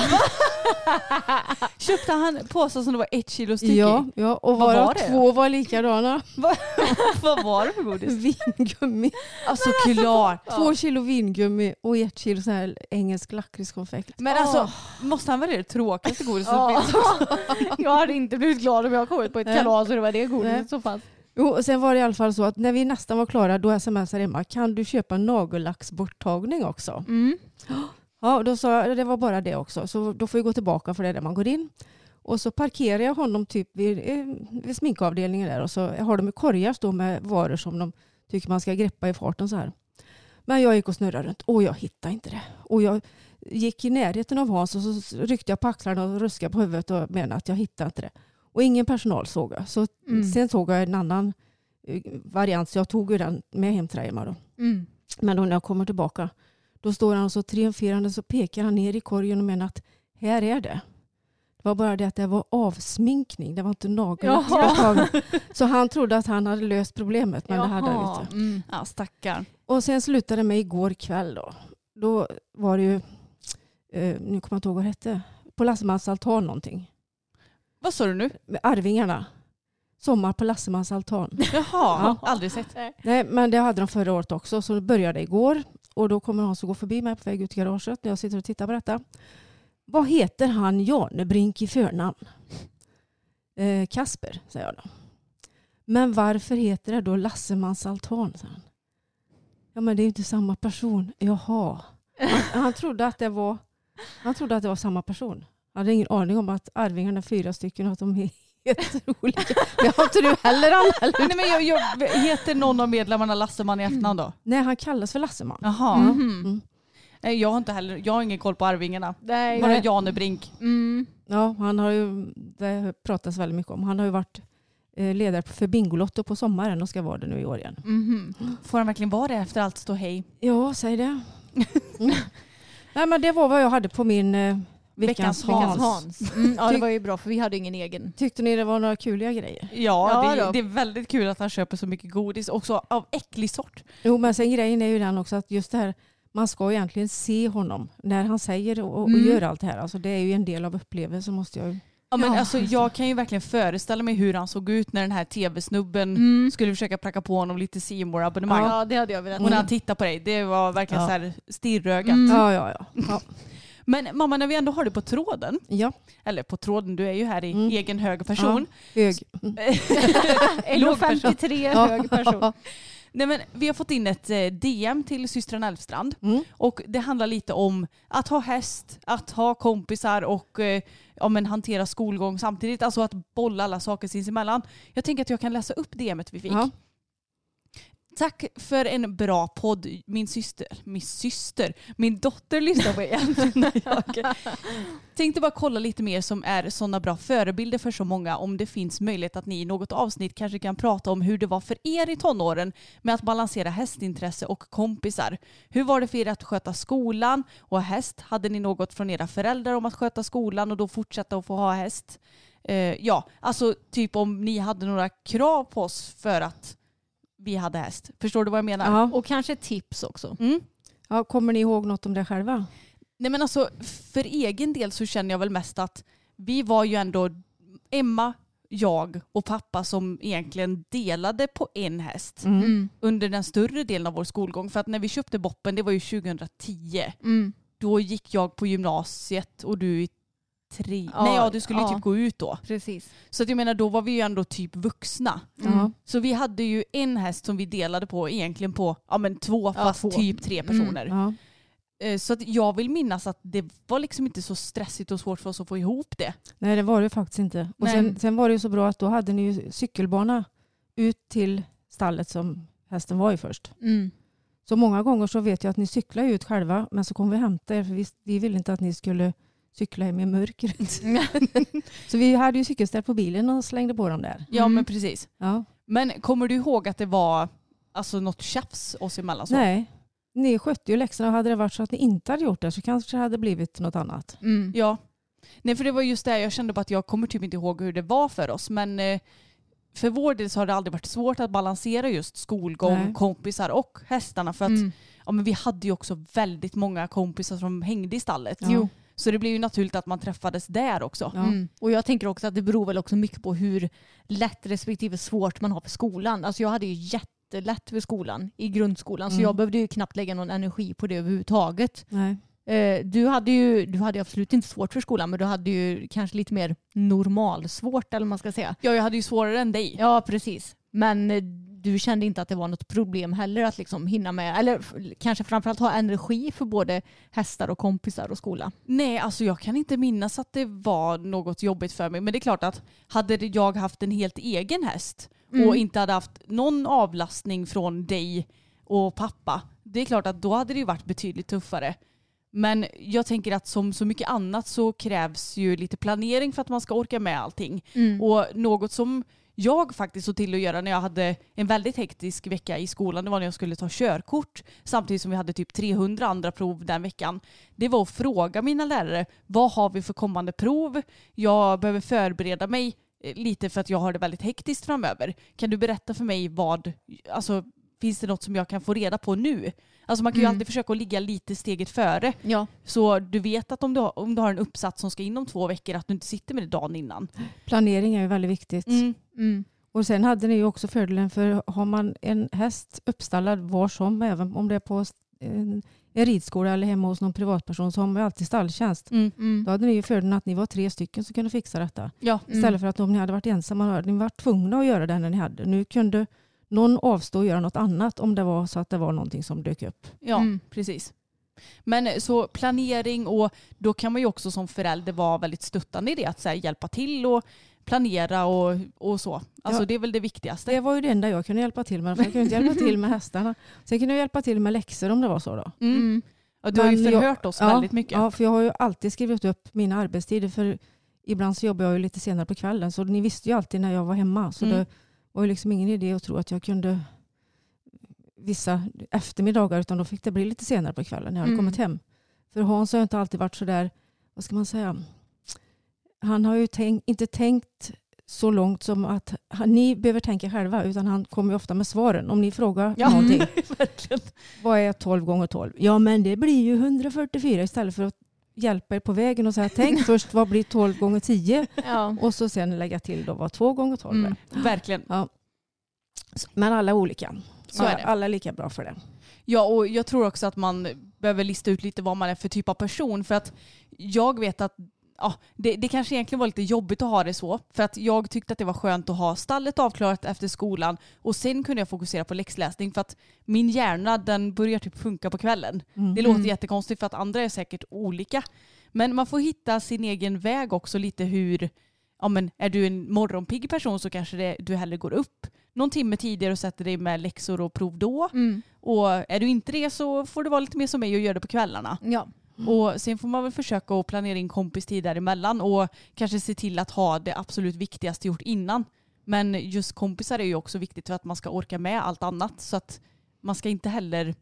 [SPEAKER 4] Köpte han påsar som det var 1 kilo styck?
[SPEAKER 6] Ja, och var 2 var likadana.
[SPEAKER 4] Vad var det för godis?
[SPEAKER 6] Vingummi.
[SPEAKER 4] Alltså klart.
[SPEAKER 6] 2 kilo vingummi och 1 kilo så här engelsk lakritskonfekt.
[SPEAKER 4] Men alltså, måste han välja det tråkigaste godiset?
[SPEAKER 5] Jag hade inte blivit glad om jag kommit på ett kalas och det var det godiset som fanns.
[SPEAKER 6] Jo, och sen var det i alla fall så att när vi nästan var klara, då smsade Emma, kan du köpa nagellacksborttagning också? Ja, och då sa jag, det var bara det också. Så då får vi gå tillbaka för det där man går in. Och så parkerar jag honom typ vid sminkavdelningen där. Och så har de korgar då med varor som de tycker man ska greppa i farten så här. Men jag gick och snurrade runt och jag hittade inte det. Och jag gick i närheten av Hans och så ryckte jag på axlarna och ruskade på huvudet och menade att jag hittade inte det. Och ingen personal såg jag. Så sen såg jag en annan variant så jag tog ju den med hem till Emma då. Men då när jag kommer tillbaka då står han så triumferande så pekar han ner i korgen och menar att här är det. Det var bara det att det var avsminkning. Det var inte nagellack. Så han trodde att han hade löst problemet men det hade han inte.
[SPEAKER 4] Ja, stackar.
[SPEAKER 6] Och sen slutade det med igår kväll då. Då var det ju, nu kommer jag inte ihåg vad det hette, på Lassemans altan någonting.
[SPEAKER 4] Vad sa du nu?
[SPEAKER 6] Med Arvingarna. Sommar på Lassemans altan.
[SPEAKER 4] Jaha, aldrig sett.
[SPEAKER 6] Nej, men det hade de förra året också. Så det började igår. Och då kommer han så gå förbi mig på väg ut i garaget när jag sitter och tittar på detta. Vad heter han Janebrink i förnamn? Kasper, säger jag då. Men varför heter det då Lassemans altan? Säger han. Ja, men det är inte samma person. Jaha. Han trodde att det var samma person. Jag hade ingen aning om att Arvingarna är 4 stycken och att de är jätteroliga. Men jag har inte du heller alla.
[SPEAKER 4] Nej, men jag heter någon av medlemmarna Lasseman i efternamn då?
[SPEAKER 6] Nej, han kallas för Lasseman.
[SPEAKER 4] Jaha. Nej, jag har ingen koll på Arvingarna.
[SPEAKER 5] Nej.
[SPEAKER 4] Bara Janebrink.
[SPEAKER 6] Ja, han har ju, det pratas väldigt mycket om. Han har ju varit ledare för Bingolotto på sommaren och ska vara det nu i år igen.
[SPEAKER 4] Får han verkligen vara det efter allt stå hej?
[SPEAKER 6] Ja, säg det. Nej, men det var vad jag hade på min veckans Hans.
[SPEAKER 5] Ja, det var ju bra för vi hade ingen egen.
[SPEAKER 6] Tyckte ni det var några kuliga grejer?
[SPEAKER 4] Ja, det är väldigt kul att han köper så mycket godis. Också av äcklig sort.
[SPEAKER 6] Jo, men sen grejen är ju den också att just det här, man ska egentligen se honom när han säger och gör allt det här. Alltså det är ju en del av upplevelsen måste jag ju.
[SPEAKER 4] Ja, men alltså, jag kan ju verkligen föreställa mig hur han såg ut när den här tv-snubben skulle försöka pracka på honom lite C More-abonnemang.
[SPEAKER 5] Ja, det hade jag velat.
[SPEAKER 4] Och när han tittade på dig, det var verkligen så här stirrögat.
[SPEAKER 6] Ja.
[SPEAKER 4] Men mamma, när vi ändå har det på tråden, eller på tråden, du är ju här i egen hög person.
[SPEAKER 6] Ja, hög.
[SPEAKER 5] 1,53 hög person.
[SPEAKER 4] Nej, men vi har fått in ett DM till systrarna Elfstrand och det handlar lite om att ha häst, att ha kompisar och hantera skolgång samtidigt. Alltså att bolla alla saker sinsemellan. Jag tänker att jag kan läsa upp DMet vi fick. Ja. Tack för en bra podd. Min dotter lyssnar på igen. Jag tänkte bara kolla lite mer som är sådana bra förebilder för så många. Om det finns möjlighet att ni i något avsnitt kanske kan prata om hur det var för er i tonåren med att balansera hästintresse och kompisar. Hur var det för er att sköta skolan och häst? Hade ni något från era föräldrar om att sköta skolan och då fortsätta att få ha häst? Ja, alltså typ om ni hade några krav på oss för att vi hade häst. Förstår du vad jag menar?
[SPEAKER 5] Ja. Och kanske tips också.
[SPEAKER 6] Ja, kommer ni ihåg något om det själva?
[SPEAKER 4] Nej, men alltså för egen del så känner jag väl mest att vi var ju ändå Emma, jag och pappa som egentligen delade på en häst under den större delen av vår skolgång. För att när vi köpte Boppen, det var ju 2010. Då gick jag på gymnasiet och du i 3. Nej, du skulle typ gå ut då.
[SPEAKER 5] Precis.
[SPEAKER 4] Så att jag menar, då var vi ju ändå typ vuxna. Så vi hade ju en häst som vi delade på egentligen på 2 fast typ 3 personer. Så att jag vill minnas att det var liksom inte så stressigt och svårt för oss att få ihop det.
[SPEAKER 6] Nej, det var det faktiskt inte. Och sen var det ju så bra att då hade ni ju cykelbana ut till stallet som hästen var i först. Så många gånger så vet jag att ni cyklar ut själva, men så kom vi hämta er för vi ville inte att ni skulle cykla hem i mörkret. Så vi hade ju cykelställ på bilen och slängde på dem där.
[SPEAKER 4] Ja, men precis.
[SPEAKER 6] Ja.
[SPEAKER 4] Men kommer du ihåg att det var alltså något tjafs oss emellan? Så?
[SPEAKER 6] Nej, ni skötte ju läxorna. Hade det varit så att ni inte hade gjort det så kanske det hade blivit något annat.
[SPEAKER 4] Ja. Nej, för det var just det. Jag kände bara att jag kommer typ inte ihåg hur det var för oss. Men för vår del så har det aldrig varit svårt att balansera just skolgång, kompisar och hästarna. För att men vi hade ju också väldigt många kompisar som hängde i stallet.
[SPEAKER 6] Ja.
[SPEAKER 4] Så det blev ju naturligt att man träffades där också.
[SPEAKER 5] Ja. Och jag tänker också att det beror väl också mycket på hur lätt respektive svårt man har för skolan. Alltså jag hade ju jättelätt för skolan i grundskolan. Så jag behövde ju knappt lägga någon energi på det överhuvudtaget.
[SPEAKER 6] Nej.
[SPEAKER 5] Du hade absolut inte svårt för skolan, men du hade ju kanske lite mer normalsvårt, eller man ska säga.
[SPEAKER 4] Ja, jag hade ju svårare än dig.
[SPEAKER 5] Ja, precis. Men du kände inte att det var något problem heller att liksom hinna med, eller kanske framförallt ha energi för både hästar och kompisar och skola?
[SPEAKER 4] Nej, alltså jag kan inte minnas att det var något jobbigt för mig. Men det är klart att hade jag haft en helt egen häst och inte hade haft någon avlastning från dig och pappa, det är klart att då hade det ju varit betydligt tuffare. Men jag tänker att som så mycket annat så krävs ju lite planering för att man ska orka med allting. Och något som jag faktiskt såg till att göra när jag hade en väldigt hektisk vecka i skolan, det var när jag skulle ta körkort samtidigt som vi hade typ 300 andra prov den veckan. Det var att fråga mina lärare, vad har vi för kommande prov? Jag behöver förbereda mig lite för att jag har det väldigt hektiskt framöver. Kan du berätta för mig finns det något som jag kan få reda på nu? Alltså man kan ju alltid försöka att ligga lite steget före.
[SPEAKER 5] Ja.
[SPEAKER 4] Så du vet att om du har en uppsats som ska in om 2 veckor att du inte sitter med det dagen innan.
[SPEAKER 6] Planering är ju väldigt viktigt. Och sen hade ni ju också fördelen, för har man en häst uppstallad var som, även om det är på en ridskola eller hemma hos någon privatperson, så har man ju alltid stalltjänst. Då hade ni ju fördelen att ni var 3 stycken som kunde fixa detta.
[SPEAKER 4] Ja.
[SPEAKER 6] Istället för att om ni hade varit ensamma hade ni varit tvungna att göra det när ni hade. Nu kunde någon avstå och göra något annat om det var så att det var någonting som dök upp.
[SPEAKER 4] Ja, precis. Men så planering, och då kan man ju också som förälder vara väldigt stöttande i det, att så här, hjälpa till och planera och så. Alltså det är väl det viktigaste.
[SPEAKER 6] Det var ju det enda jag kunde hjälpa till med. För jag kunde inte hjälpa till med hästarna. Sen kunde jag hjälpa till med läxor om det var så då.
[SPEAKER 4] Och du har ju förhört oss väldigt mycket.
[SPEAKER 6] Ja, för jag har ju alltid skrivit upp mina arbetstider. För ibland så jobbar jag ju lite senare på kvällen. Så ni visste ju alltid när jag var hemma. Så det var ju liksom ingen idé att tro att jag kunde vissa eftermiddagar, utan då fick det bli lite senare på kvällen när jag hade kommit hem. För Hans har ju inte alltid varit så där, vad ska man säga, han har ju inte tänkt så långt som att ni behöver tänka själva, utan han kommer ju ofta med svaren. Om ni frågar någonting, vad är 12 gånger 12? Ja, men det blir ju 144, istället för att hjälpa er på vägen och säga, tänk först vad blir 12 gånger 10? Ja. Och så sen lägga till då vad 2 gånger 12 är.
[SPEAKER 4] Verkligen.
[SPEAKER 6] Ja. Men alla är olika.
[SPEAKER 4] Så är det.
[SPEAKER 6] Alla är lika bra för det.
[SPEAKER 4] Ja, och jag tror också att man behöver lista ut lite vad man är för typ av person. För att jag vet att det kanske egentligen var lite jobbigt att ha det så. För att jag tyckte att det var skönt att ha stallet avklarat efter skolan. Och sen kunde jag fokusera på läxläsning. För att min hjärna, den börjar typ funka på kvällen. Det låter jättekonstigt för att andra är säkert olika. Men man får hitta sin egen väg också lite hur... Ja, men är du en morgonpigg person så kanske du hellre går upp någon timme tidigare och sätter dig med läxor och prov då. Och är du inte det så får du vara lite mer som mig och göra det på kvällarna.
[SPEAKER 5] Ja.
[SPEAKER 4] Och sen får man väl försöka att planera in kompistid däremellan och kanske se till att ha det absolut viktigaste gjort innan. Men just kompisar är ju också viktigt för att man ska orka med allt annat. Så att man ska inte heller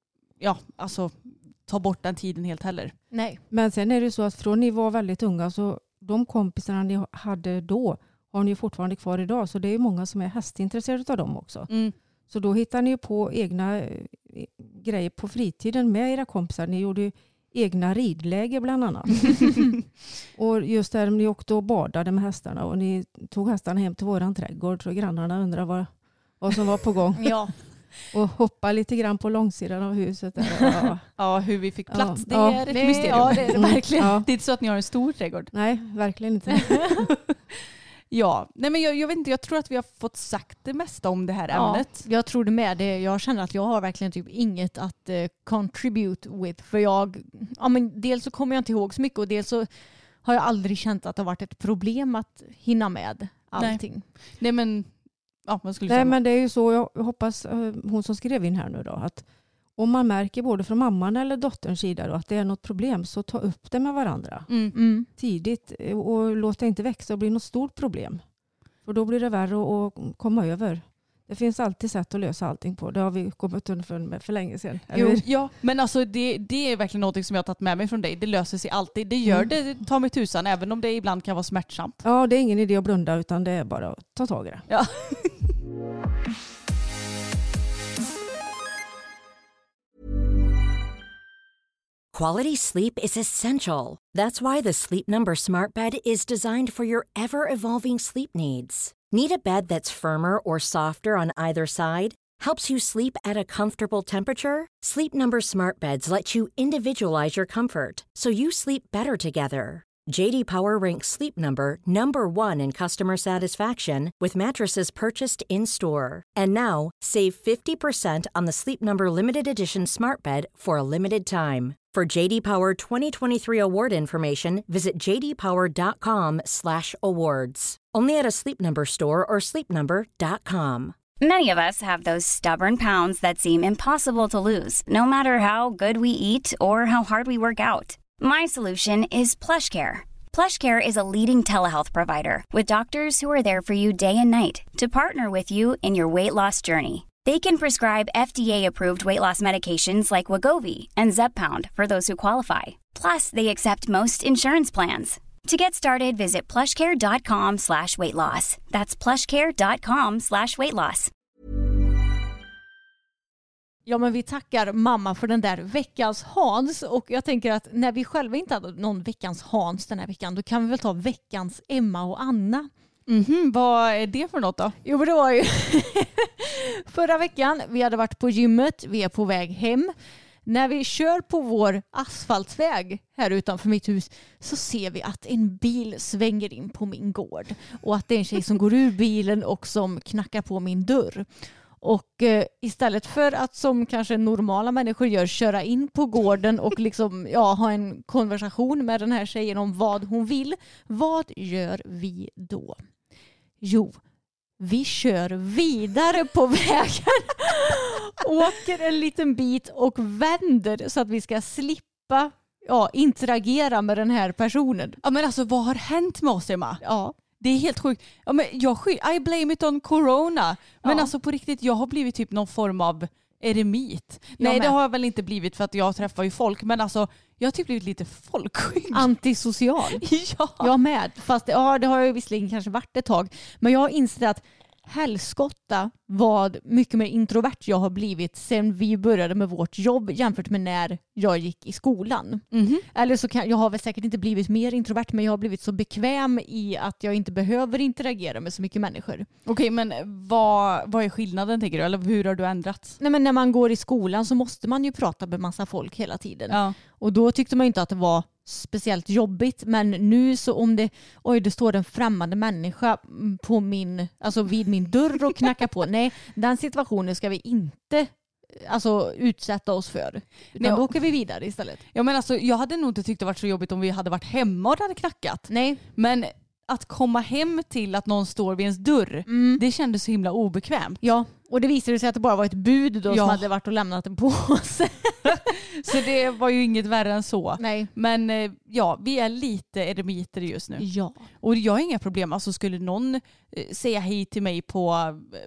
[SPEAKER 4] ta bort den tiden helt heller.
[SPEAKER 5] Nej.
[SPEAKER 6] Men sen är det så att från ni var väldigt unga så de kompisarna ni hade då har ni fortfarande kvar idag. Så det är många som är hästintresserade av dem också. Så då hittar ni på egna grejer på fritiden med era kompisar. Ni gjorde egna ridläger bland annat. Och just där ni åkte och badade med hästarna och ni tog hästarna hem till våran trädgård så grannarna undrar vad som var på gång.
[SPEAKER 5] Ja.
[SPEAKER 6] Och hoppa lite grann på långsidan av huset. Där.
[SPEAKER 4] Ja, hur vi fick plats, det
[SPEAKER 6] Ja.
[SPEAKER 4] är ett mysterium.
[SPEAKER 5] Ja, det är det verkligen.
[SPEAKER 6] Ja.
[SPEAKER 4] Det är inte så att ni har en stor trädgård.
[SPEAKER 6] Nej, verkligen inte.
[SPEAKER 4] Ja, nej men jag vet inte, jag tror att vi har fått sagt det mesta om det här ämnet.
[SPEAKER 5] Ja, jag tror det med det. Jag känner att jag har verkligen typ inget att contribute with. För dels så kommer jag inte ihåg så mycket och dels så har jag aldrig känt att det har varit ett problem att hinna med allting.
[SPEAKER 4] Nej men, vad skulle du
[SPEAKER 6] Nej,
[SPEAKER 4] säga?
[SPEAKER 6] men det är ju så, jag hoppas hon som skrev in här nu då, att om man märker både från mamman eller dotterns sida då, att det är något problem så ta upp det med varandra tidigt och låt det inte växa och bli något stort problem. För då blir det värre att komma över. Det finns alltid sätt att lösa allting på. Det har vi kommit underfund med för länge sedan.
[SPEAKER 4] Ja, men alltså det är verkligen något som jag har tagit med mig från dig. Det löser sig alltid. Det gör det, ta mig tusan, även om det ibland kan vara smärtsamt.
[SPEAKER 6] Ja, det är ingen idé att blunda utan det är bara att ta tag i det.
[SPEAKER 4] Ja.
[SPEAKER 7] Quality sleep is essential. That's why the Sleep Number Smart Bed is designed for your ever-evolving sleep needs. Need a bed that's firmer or softer on either side? Helps you sleep at a comfortable temperature? Sleep Number Smart Beds let you individualize your comfort so you sleep better together. J.D. Power ranks Sleep Number #1 in customer satisfaction with mattresses purchased in-store. And now, save 50% on the Sleep Number Limited Edition Smart Bed for a limited time. For JD Power 2023 award information, visit jdpower.com/awards. Only at a Sleep Number store or sleepnumber.com.
[SPEAKER 8] Many of us have those stubborn pounds that seem impossible to lose, no matter how good we eat or how hard we work out. My solution is PlushCare. PlushCare is a leading telehealth provider with doctors who are there for you day and night to partner with you in your weight loss journey. They can prescribe FDA-approved weight loss medications like Wegovy and Zepbound for those who qualify. Plus, they accept most insurance plans. To get started, visit plushcare.com/weightloss. That's plushcare.com/weightloss.
[SPEAKER 5] Ja, men vi tackar mamma för den där veckans Hans. Och jag tänker att när vi själva inte hade någon veckans Hans den här veckan, då kan vi väl ta veckans Emma och Anna.
[SPEAKER 4] Vad är det för något då?
[SPEAKER 5] Jo, men det var ju förra veckan. Vi hade varit på gymmet. Vi är på väg hem. När vi kör på vår asfaltväg här utanför mitt hus så ser vi att en bil svänger in på min gård. Och att det är en tjej som går ur bilen och som knackar på min dörr. Och istället för att som kanske normala människor gör, köra in på gården och liksom, ha en konversation med den här tjejen om vad hon vill. Vad gör vi då? Jo, vi kör vidare på vägen, åker en liten bit och vänder så att vi ska slippa interagera med den här personen.
[SPEAKER 4] Ja, men alltså vad har hänt med oss, Emma?
[SPEAKER 5] Ja.
[SPEAKER 4] Det är helt sjukt. Ja, men I blame it on corona. Men alltså på riktigt, jag har blivit typ någon form av eremit. Nej, det har jag väl inte blivit för att jag träffar ju folk. Men alltså, jag har typ blivit lite folkskygg.
[SPEAKER 5] Antisocial.
[SPEAKER 4] Ja.
[SPEAKER 5] Jag med. Fast det har jag ju visserligen kanske varit ett tag. Men jag har insett att helskotta vad mycket mer introvert jag har blivit sen vi började med vårt jobb jämfört med när jag gick i skolan. Eller så jag har väl säkert inte blivit mer introvert, men jag har blivit så bekväm i att jag inte behöver interagera med så mycket människor.
[SPEAKER 4] Okej, men vad är skillnaden, tänker du? Eller hur har du ändrats?
[SPEAKER 5] Nej, men när man går i skolan så måste man ju prata med massa folk hela tiden.
[SPEAKER 4] Ja.
[SPEAKER 5] Och då tyckte man inte att det var speciellt jobbigt, men nu så om det står en främmande människa på vid min dörr och knackar på. Nej, den situationen ska vi inte utsätta oss för. Utan då åker vi vidare istället.
[SPEAKER 4] Ja, men alltså, jag hade nog inte tyckt det varit så jobbigt om vi hade varit hemma och det hade knackat.
[SPEAKER 5] Nej.
[SPEAKER 4] Men att komma hem till att någon står vid ens dörr, det kändes så himla obekvämt.
[SPEAKER 5] Ja, och det visade sig att det bara var ett bud då som hade varit och lämnat en påse.
[SPEAKER 4] Så det var ju inget värre än så.
[SPEAKER 5] Nej.
[SPEAKER 4] Men ja, vi är lite eremiter just nu.
[SPEAKER 5] Ja.
[SPEAKER 4] Och jag har inga problem. Alltså skulle någon säga hej till mig på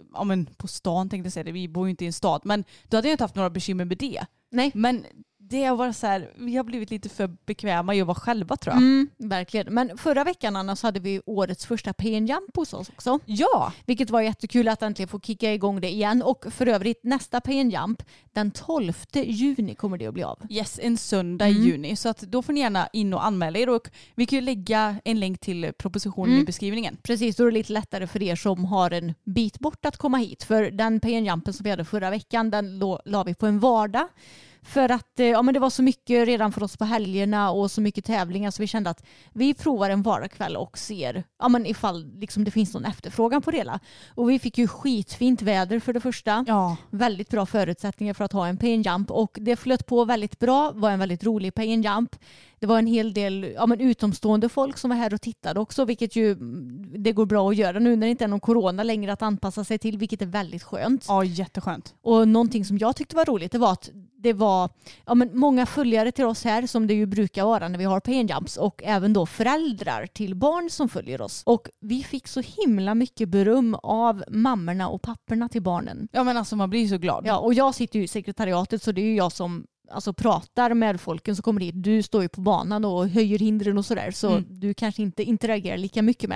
[SPEAKER 4] stan, tänkte jag säga det. Vi bor ju inte i en stad. Men då hade jag inte haft några bekymmer med det.
[SPEAKER 5] Nej.
[SPEAKER 4] Men det var så här, vi har blivit lite för bekväma i att vara själva, tror jag.
[SPEAKER 5] Verkligen. Men förra veckan annars hade vi årets första PN-jump hos oss också.
[SPEAKER 4] Ja!
[SPEAKER 5] Vilket var jättekul att äntligen få kicka igång det igen. Och för övrigt nästa PN-jump den 12 juni kommer det att bli av.
[SPEAKER 4] Yes, en söndag i juni. Så att då får ni gärna in och anmäla er. Och vi kan ju lägga en länk till propositionen i beskrivningen.
[SPEAKER 5] Precis, då är det lite lättare för er som har en bit bort att komma hit. För den PN-jumpen som vi hade förra veckan, den la vi på en vardag. För att men det var så mycket redan för oss på helgerna och så mycket tävlingar så vi kände att vi provar en vardagskväll och ser ifall liksom det finns någon efterfrågan på det hela. Och vi fick ju skitfint väder för det första.
[SPEAKER 4] Ja.
[SPEAKER 5] Väldigt bra förutsättningar för att ha en PN-jump och det flöt på väldigt bra, var en väldigt rolig PN-jump. Det var en hel del utomstående folk som var här och tittade också, vilket ju det går bra att göra nu när det inte är någon corona längre att anpassa sig till, vilket är väldigt skönt.
[SPEAKER 4] Ja, jätteskönt.
[SPEAKER 5] Och någonting som jag tyckte var roligt, det var att det var många följare till oss här som det ju brukar vara när vi har PN-jumps och även då föräldrar till barn som följer oss. Och vi fick så himla mycket beröm av mammorna och papporna till barnen.
[SPEAKER 4] Ja, men alltså man blir så glad.
[SPEAKER 5] Ja, och jag sitter ju i sekretariatet så det är ju jag som pratar med folken som kommer dit. Du står ju på banan och höjer hindren och sådär så du kanske inte interagerar lika mycket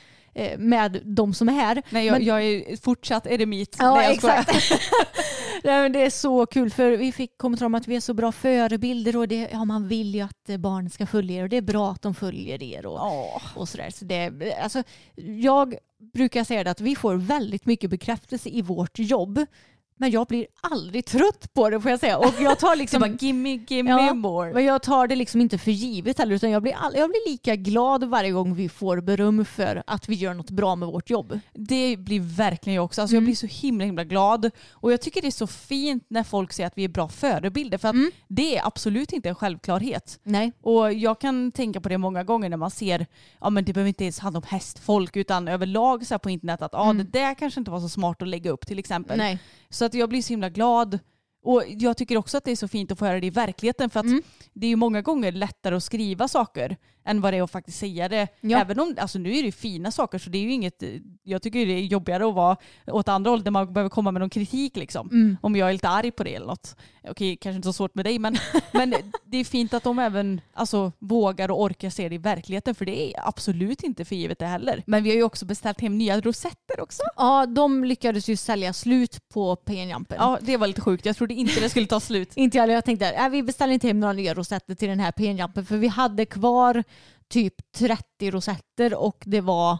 [SPEAKER 5] med de som är här.
[SPEAKER 4] Nej, jag är fortsatt eremit.
[SPEAKER 5] Ja,
[SPEAKER 4] Nej,
[SPEAKER 5] exakt. Nej, men det är så kul för vi fick kommentera om att vi är så bra förebilder och man vill ju att barn ska följa er och det är bra att de följer er och sådär. Så det, jag brukar säga det att vi får väldigt mycket bekräftelse i vårt jobb. Men jag blir aldrig trött på det får jag säga. Och jag tar liksom
[SPEAKER 4] bara, gimme more.
[SPEAKER 5] Men jag tar det liksom inte för givet heller utan jag blir lika glad varje gång vi får beröm för att vi gör något bra med vårt jobb.
[SPEAKER 4] Det blir verkligen jag också. Alltså jag blir så himla glad. Och jag tycker det är så fint när folk säger att vi är bra förebilder. För att det är absolut inte en självklarhet.
[SPEAKER 5] Nej.
[SPEAKER 4] Och jag kan tänka på det många gånger när man ser, men det behöver inte ens handla om hästfolk utan överlag så här på internet att det där kanske inte var så smart att lägga upp till exempel.
[SPEAKER 5] Nej.
[SPEAKER 4] Så att jag blir så himla glad. Och jag tycker också att det är så fint att få höra det i verkligheten för att det är ju många gånger lättare att skriva saker än vad det är att faktiskt säga det. Ja. Även om, nu är det fina saker så det är ju inget, jag tycker det är jobbigare att vara åt andra hållet där man behöver komma med någon kritik liksom. Om jag är lite arg på det eller något. Okej, kanske inte så svårt med dig men det är fint att de även vågar och orkar se det i verkligheten för det är absolut inte för givet det heller. Men vi har ju också beställt hem nya rosetter också.
[SPEAKER 5] Ja, de lyckades ju sälja slut på PN-jumpen.
[SPEAKER 4] Ja, det var lite sjukt. Jag trodde inte det skulle ta slut.
[SPEAKER 5] Inte jag tänkte, vi beställer inte hem några nya rosetter till den här PN-jumpen för vi hade kvar typ 30 rosetter och det var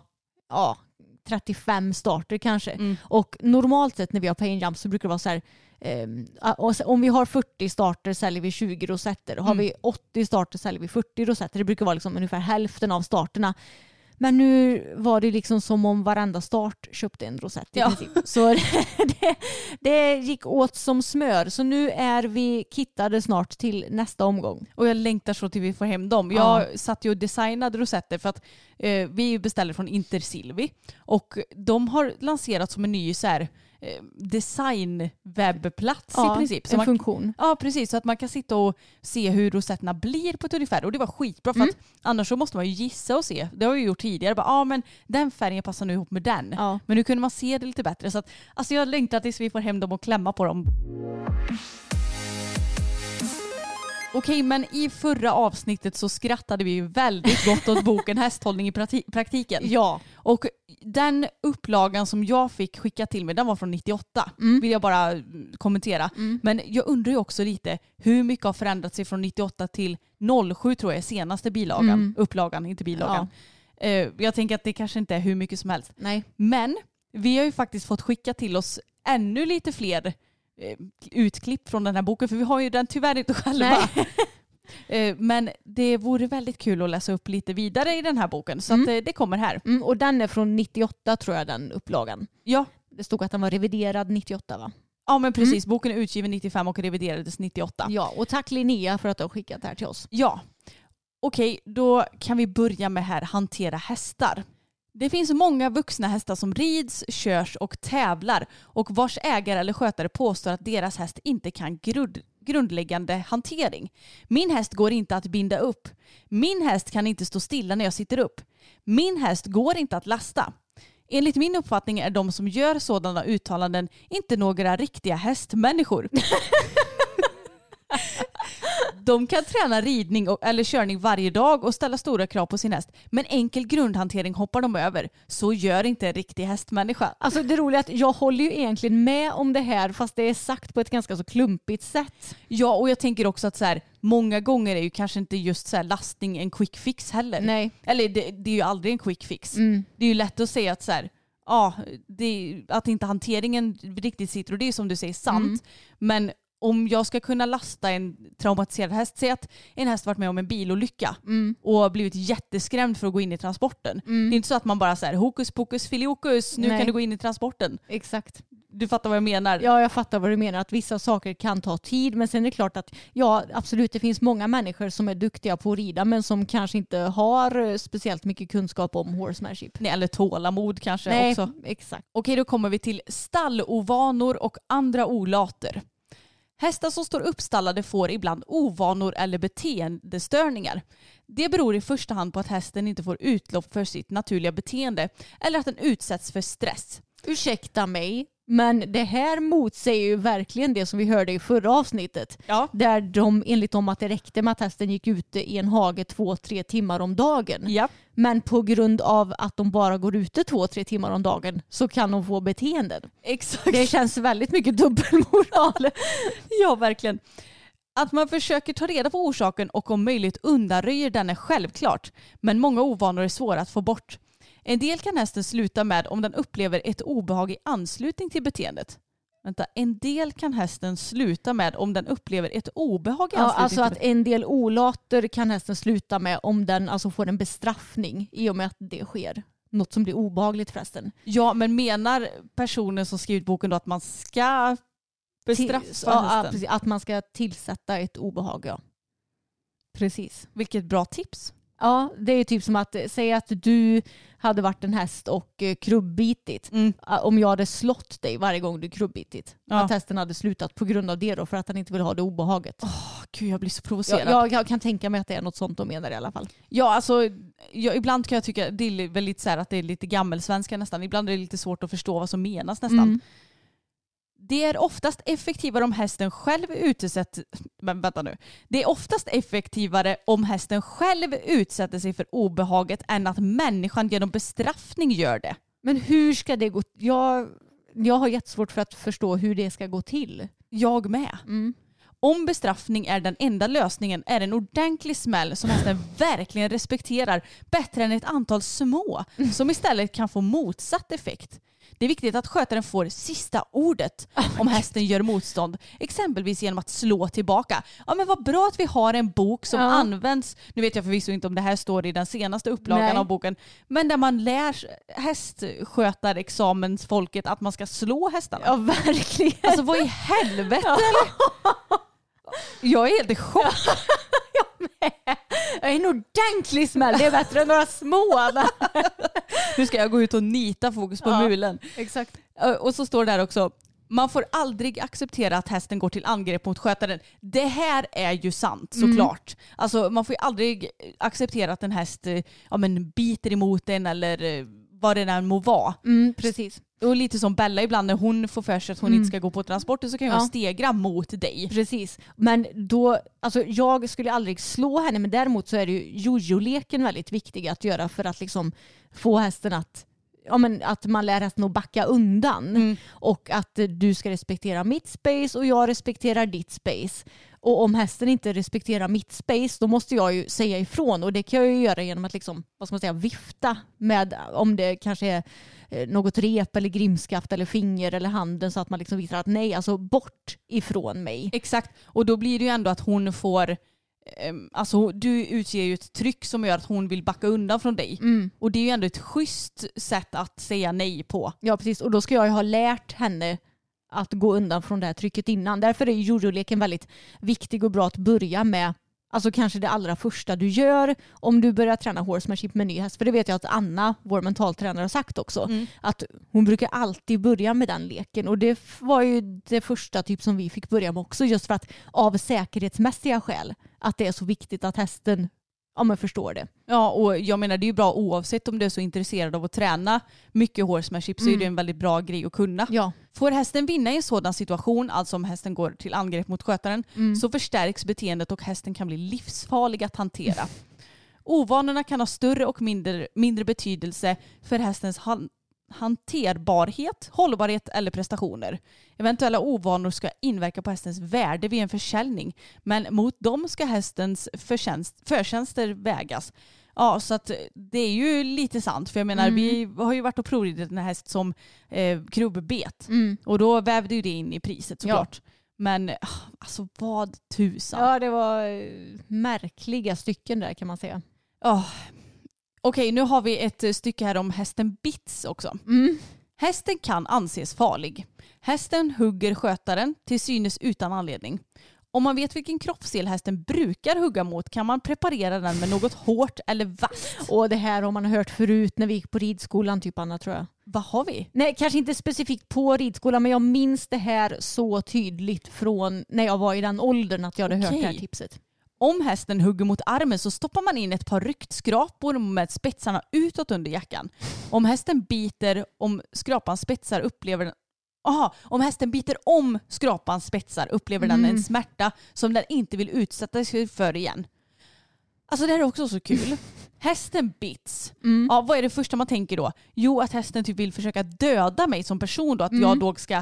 [SPEAKER 5] 35 starter kanske. Och normalt sett när vi har PN-jump så brukar det vara så här om vi har 40 starter säljer vi 20 rosetter. Har vi 80 starter säljer vi 40 rosetter. Det brukar vara liksom ungefär hälften av starterna. Men nu var det liksom som om varenda start köpte en rosett i princip. Så det gick åt som smör. Så nu är vi kittade snart till nästa omgång.
[SPEAKER 4] Och jag längtar så till vi får hem dem. Jag satt ju och designade rosetter för att vi beställer från Intersilvi. Och de har lanserat som en ny så här designwebbplats i princip. Så
[SPEAKER 5] en funktion.
[SPEAKER 4] Ja, precis. Så att man kan sitta och se hur rosetterna blir på ett ungefär. Och det var skitbra för att annars så måste man ju gissa och se. Det har jag gjort tidigare. Men den färgen passar nu ihop med den. Ja. Men nu kunde man se det lite bättre. Så att, jag längtar tills vi får hem dem och klämma på dem. Okej, men i förra avsnittet så skrattade vi ju väldigt gott åt boken Hästhållning i praktiken.
[SPEAKER 5] Ja.
[SPEAKER 4] Och den upplagan som jag fick skicka till mig, den var från 98. Vill jag bara kommentera. Men jag undrar ju också lite hur mycket har förändrat sig från 98 till 07 tror jag är senaste bilagan. Upplagan, inte bilagan. Ja. Jag tänker att det kanske inte är hur mycket som helst.
[SPEAKER 5] Nej.
[SPEAKER 4] Men vi har ju faktiskt fått skicka till oss ännu lite fler utklipp från den här boken för vi har ju den tyvärr inte själva. Men det vore väldigt kul att läsa upp lite vidare i den här boken så att det kommer här.
[SPEAKER 5] Och den är från 98 tror jag den upplagan.
[SPEAKER 4] Ja.
[SPEAKER 5] Det stod att den var reviderad 98 va?
[SPEAKER 4] Ja men precis, boken är utgiven 95 och reviderades 98.
[SPEAKER 5] Ja, och tack Linnea för att du har skickat det här till oss.
[SPEAKER 4] Ja. Okej, då kan vi börja med här hantera hästar. Det finns många vuxna hästar som rids, körs och tävlar och vars ägare eller skötare påstår att deras häst inte kan grundläggande hantering. Min häst går inte att binda upp. Min häst kan inte stå stilla när jag sitter upp. Min häst går inte att lasta. Enligt min uppfattning är de som gör sådana uttalanden inte några riktiga hästmänniskor. De kan träna ridning eller körning varje dag och ställa stora krav på sin häst. Men enkel grundhantering hoppar de över. Så gör inte en riktig hästmänniska.
[SPEAKER 5] Alltså det roliga är att jag håller ju egentligen med om det här fast det är sagt på ett ganska så klumpigt sätt.
[SPEAKER 4] Ja, och jag tänker också att så här, många gånger är ju kanske inte just så här lastning en quick fix heller.
[SPEAKER 5] Nej.
[SPEAKER 4] Eller det är ju aldrig en quick fix. Det är ju lätt att säga att så här, att inte hanteringen riktigt sitter, och det är som du säger sant. Men om jag ska kunna lasta en traumatiserad häst, säg att en häst varit med om en bilolycka och blivit jätteskrämd för att gå in i transporten. Det är inte så att man bara säger hokus pokus filiokus, nu kan du gå in i transporten.
[SPEAKER 5] Exakt.
[SPEAKER 4] Du fattar vad jag menar?
[SPEAKER 5] Ja, jag fattar vad du menar. Att vissa saker kan ta tid, men sen är det klart att ja, absolut, det finns många människor som är duktiga på att rida men som kanske inte har speciellt mycket kunskap om horsemanship.
[SPEAKER 4] Nej, eller tålamod kanske också.
[SPEAKER 5] Exakt.
[SPEAKER 4] Okej, då kommer vi till stallovanor och andra olater. Hästar som står uppstallade får ibland ovanor eller beteendestörningar. Det beror i första hand på att hästen inte får utlopp för sitt naturliga beteende eller att den utsätts för stress.
[SPEAKER 5] Ursäkta mig, men det här motsäger ju verkligen det som vi hörde i förra avsnittet.
[SPEAKER 4] Ja.
[SPEAKER 5] Där de enligt dem att det räckte med att hästen gick ute i en hage 2-3 timmar om dagen.
[SPEAKER 4] Ja.
[SPEAKER 5] Men på grund av att de bara går ute 2-3 timmar om dagen så kan de få beteenden.
[SPEAKER 4] Exakt.
[SPEAKER 5] Det känns väldigt mycket dubbelmoral.
[SPEAKER 4] Ja, verkligen. Att man försöker ta reda på orsaken och om möjligt undanröjer den är självklart. Men många ovanor är svåra att få bort. En del kan hästen sluta med om den upplever ett obehag i anslutning till beteendet. En del kan hästen sluta med om den upplever ett obehag i anslutning
[SPEAKER 5] alltså
[SPEAKER 4] till
[SPEAKER 5] att en del olater kan hästen sluta med om den alltså får en bestraffning i och med att det sker. Något som blir obehagligt förresten.
[SPEAKER 4] Ja, men menar personen som skrivit boken då att man ska bestraffa hästen?
[SPEAKER 5] Precis, att man ska tillsätta ett obehag, ja. Precis.
[SPEAKER 4] Vilket bra tips.
[SPEAKER 5] Ja, det är typ som att säga att du hade varit en häst och krubbitit. Om jag hade slått dig varje gång du krubbitit.
[SPEAKER 4] Ja.
[SPEAKER 5] Att hästen hade slutat på grund av det då, för att han inte vill ha det obehaget.
[SPEAKER 4] Gud, jag blir så provocerad.
[SPEAKER 5] Jag kan tänka mig att det är något sånt de menar i alla fall.
[SPEAKER 4] Ja, alltså ibland kan jag tycka det är väldigt så här att det är lite gammelsvenska nästan. Ibland är det lite svårt att förstå vad som menas nästan. Det är oftast effektivare om hästen själv Det är oftast effektivare om hästen själv utsätter sig för obehaget än att människan genom bestraffning gör det.
[SPEAKER 5] Men hur ska det gå? Jag har jättesvårt för att förstå hur det ska gå till.
[SPEAKER 4] Jag med. Om bestraffning är den enda lösningen är en ordentlig smäll som hästen verkligen respekterar bättre än ett antal små som istället kan få motsatt effekt. Det är viktigt att skötaren får sista ordet om hästen gör motstånd. Exempelvis genom att slå tillbaka. Ja, men vad bra att vi har en bok som används. Nu vet jag förvisso inte om det här står i den senaste upplagan av boken. Men där man lär hästskötarexamensfolket att man ska slå hästarna.
[SPEAKER 5] Ja, verkligen.
[SPEAKER 4] Alltså vad i helvete eller? Jag är helt i chock.
[SPEAKER 5] Jag är en ordentlig smäll. Det är bättre än några små.
[SPEAKER 4] Nu ska jag gå ut och nita fokus på mulen.
[SPEAKER 5] Exakt.
[SPEAKER 4] Och så står det där också: man får aldrig acceptera att hästen går till angrepp mot skötaren. Det här är ju sant såklart. Alltså man får ju aldrig acceptera att en häst biter emot en eller vad det där må vara.
[SPEAKER 5] Precis.
[SPEAKER 4] Och lite som Bella ibland när hon får för sig att hon inte ska gå på transporten så kan hon stegra mot dig.
[SPEAKER 5] Precis. Men då, alltså jag skulle aldrig slå henne, men däremot så är det ju jojo-leken väldigt viktig att göra för att liksom få hästen att att man lär hästen att backa undan och att du ska respektera mitt space och jag respekterar ditt space. Och om hästen inte respekterar mitt space då måste jag ju säga ifrån, och det kan jag ju göra genom att liksom, vad ska man säga, vifta med om det kanske är något rep eller grimskaft eller finger eller handen så att man liksom visar att nej, alltså bort ifrån mig.
[SPEAKER 4] Exakt, och då blir det ju ändå att hon får alltså du utger ju ett tryck som gör att hon vill backa undan från dig. Och det är ju ändå ett schysst sätt att säga nej på.
[SPEAKER 5] Ja, precis. Och då ska jag ju ha lärt henne att gå undan från det här trycket innan. Därför är jojo-leken väldigt viktig och bra att börja med Alltså kanske det allra första du gör om du börjar träna horsemanship med ny häst. För det vet jag att Anna, vår mentaltränare, har sagt också. Att hon brukar alltid börja med den leken. Och det var ju det första typ som vi fick börja med också. Just för att av säkerhetsmässiga skäl. Att det är så viktigt att hästen förstår det.
[SPEAKER 4] Ja, och jag menar det är ju bra oavsett om du är så intresserad av att träna mycket horsemanship så är det en väldigt bra grej att kunna.
[SPEAKER 5] Ja.
[SPEAKER 4] Får hästen vinna i en sådan situation, alltså om hästen går till angrepp mot skötaren, så förstärks beteendet och hästen kan bli livsfarlig att hantera. Ovanorna kan ha större och mindre betydelse för hästens hanterbarhet, hållbarhet eller prestationer. Eventuella ovanor ska inverka på hästens värde vid en försäljning, men mot dem ska hästens förtjänster vägas. Ja, så att det är ju lite sant, för jag menar vi har ju varit och provridit en häst som krubbet och då vävde ju det in i priset såklart. Ja. Men alltså vad tusan.
[SPEAKER 5] Ja, det var märkliga stycken där kan man säga.
[SPEAKER 4] Okej, nu har vi ett stycke här om hästen Bits också. Hästen kan anses farlig. Hästen hugger skötaren till synes utan anledning. Om man vet vilken kroppsdel hästen brukar hugga mot kan man preparera den med något hårt eller vasst.
[SPEAKER 5] Och det här har man hört förut när vi gick på ridskolan typ, Anna, tror jag.
[SPEAKER 4] Vad har vi?
[SPEAKER 5] Nej, kanske inte specifikt på ridskolan, men jag minns det här så tydligt från när jag var i den åldern att jag hade hört det här tipset.
[SPEAKER 4] Om hästen hugger mot armen så stoppar man in ett par ryktskrapor med spetsarna utåt under jackan. Om hästen biter om skrapans spetsar upplever den om hästen biter om skrapans spetsar upplever den en smärta som den inte vill utsätta sig för igen. Alltså det här är också så kul. Hästen bits. Ja, vad är det första man tänker då? Jo, att hästen typ vill försöka döda mig som person då. Att jag då ska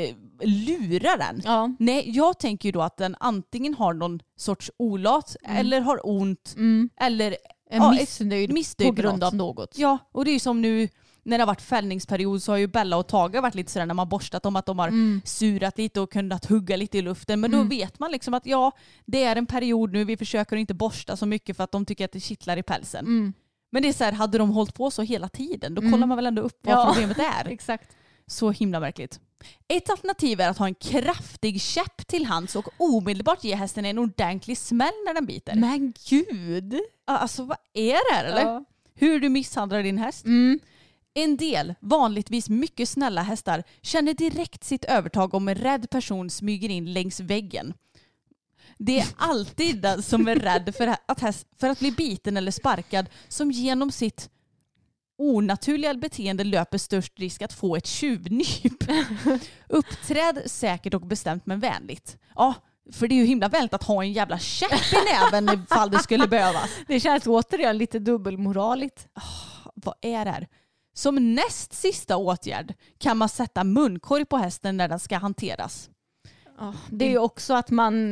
[SPEAKER 4] lura den. Ja. Nej, jag tänker ju då att den antingen har någon sorts olat eller har ont eller
[SPEAKER 5] missnöjd på grund av något.
[SPEAKER 4] Ja, och det är ju som nu när det har varit fällningsperiod så har ju Bella och Tage varit lite sådär när man borstat om att de har surat lite och kunnat hugga lite i luften. Men då vet man liksom att det är en period nu, vi försöker inte borsta så mycket för att de tycker att det kittlar i pälsen. Men det är så här, hade de hållit på så hela tiden, då kollar man väl ändå upp vad problemet är.
[SPEAKER 5] Exakt.
[SPEAKER 4] Så himla märkligt. Ett alternativ är att ha en kraftig käpp till hands och omedelbart ge hästen en ordentlig smäll när den biter.
[SPEAKER 5] Men gud!
[SPEAKER 4] Alltså vad är det här eller? Ja. Hur du misshandlar din häst? En del, vanligtvis mycket snälla hästar, känner direkt sitt övertag om en rädd person smyger in längs väggen. Det är alltid den som är rädd för att bli biten eller sparkad som genom sitt onaturliga beteende löper störst risk att få ett tjuvnyp. Uppträd säkert och bestämt men vänligt. Ja, för det är ju himla vält att ha en jävla käpp i näven ifall det skulle behövas.
[SPEAKER 5] Det känns återigen lite dubbelmoraligt.
[SPEAKER 4] Vad är det här? Som näst sista åtgärd kan man sätta munkorg på hästen när den ska hanteras.
[SPEAKER 5] Det är ju också att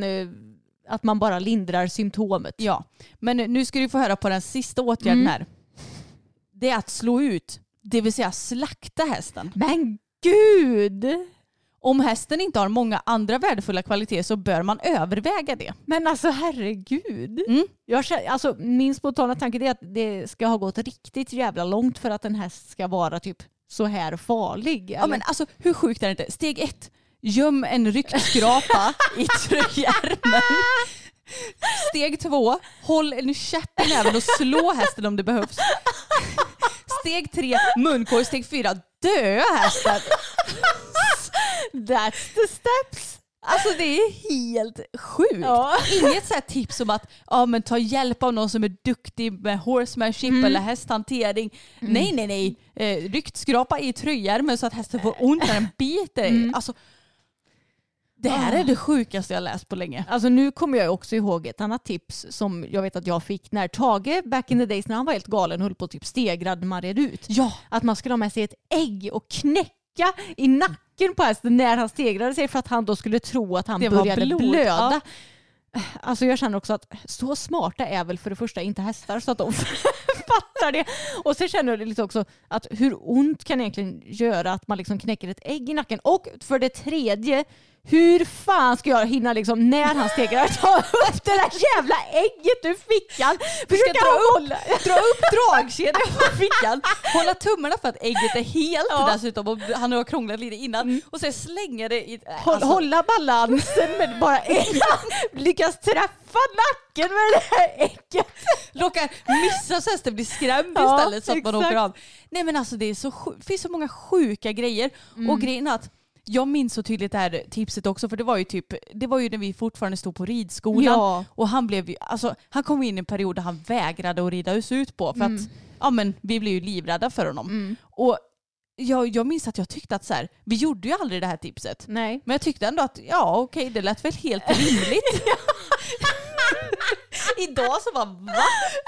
[SPEAKER 5] man bara lindrar symptomet.
[SPEAKER 4] Ja, men nu ska du få höra på den sista åtgärden här. Det är att slå ut, det vill säga slakta hästen.
[SPEAKER 5] Men gud!
[SPEAKER 4] Om hästen inte har många andra värdefulla kvaliteter så bör man överväga det.
[SPEAKER 5] Men alltså herregud. Min spontana tanke är att det ska ha gått riktigt jävla långt för att en häst ska vara typ så här farlig. Eller?
[SPEAKER 4] Ja, men alltså hur sjukt är det inte? Steg 1. Göm en ryktskrapa i tröjärmen. Steg 2. Håll en käpp i näven och slå hästen om det behövs. Steg 3. Munkorg. Steg 4. Dö hästen.
[SPEAKER 5] That's the steps.
[SPEAKER 4] Alltså det är helt sjukt. Ja. Inget så här tips om att men ta hjälp av någon som är duktig med horsemanship eller hästhantering. Nej. Ryktskrapa i tröjärmen så att hästen får ont när den biter. Alltså, det här är det sjukaste jag läst på länge.
[SPEAKER 5] Alltså nu kommer jag också ihåg ett annat tips som jag vet att jag fick när Tage back in the days när han var helt galen höll på typ stegrad när man red ut. Ja. Att man skulle ha med sig ett ägg och knäcka i nacken på hästen när han stegrade sig för att han då skulle tro att han började blöda. Ja. Alltså jag känner också att så smarta är väl för det första inte hästar så att de fattar det. Och så känner jag lite också att hur ont kan egentligen göra att man liksom knäcker ett ägg i nacken. Och för det tredje, hur fan ska jag hinna liksom, när han steker, ta upp det där jävla ägget ur fickan.
[SPEAKER 4] Försöka dra upp dragkedjan ur fickan. Hålla tummarna för att ägget är helt dessutom. Och han har krånglat lite innan. Och sen slänga det i...
[SPEAKER 5] Hålla balansen med bara lyckas träffa nacken med det här ägget.
[SPEAKER 4] Råkar missa så att det blir skrämd istället så att man åker av. Nej men alltså det finns så många sjuka grejer. Och grejen är att jag minns så tydligt det här tipset också, för det var ju när vi fortfarande stod på ridskolan.
[SPEAKER 5] Ja.
[SPEAKER 4] Och han kom in i en period där han vägrade att rida oss ut på för att vi blev ju livrädda för honom. Och jag minns att jag tyckte att så här, vi gjorde ju aldrig det här tipset.
[SPEAKER 5] Nej.
[SPEAKER 4] Men jag tyckte ändå att okej, det lät väl helt rimligt. Idag så bara va?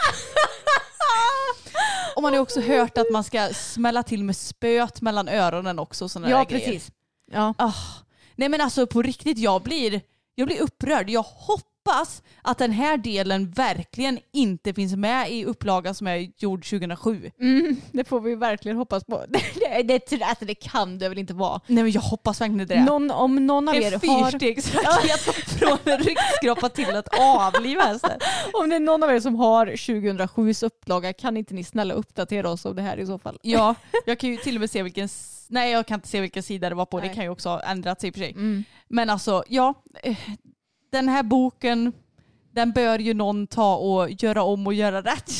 [SPEAKER 4] Och man har också hört att man ska smälla till med spöt mellan öronen också.
[SPEAKER 5] Ja, precis. Ja.
[SPEAKER 4] Nej men alltså på riktigt, jag blir upprörd. Jag hoppas att den här delen verkligen inte finns med i upplagan som är gjord 2007.
[SPEAKER 5] Det får vi verkligen hoppas på. Det kan det väl inte vara.
[SPEAKER 4] Nej men jag hoppas verkligen det.
[SPEAKER 5] Om någon av er har...
[SPEAKER 4] fyrstegsraket från en ryggskrapa till att avliva hästen.
[SPEAKER 5] Om det är någon av er som har 2007s upplaga, kan inte ni snälla uppdatera oss om det här i så fall?
[SPEAKER 4] Ja, jag kan ju till och med se jag kan inte se vilken sida det var på. Nej. Det kan ju också ha ändrats i och för sig. Men alltså, den här boken, den bör ju någon ta och göra om och göra rätt.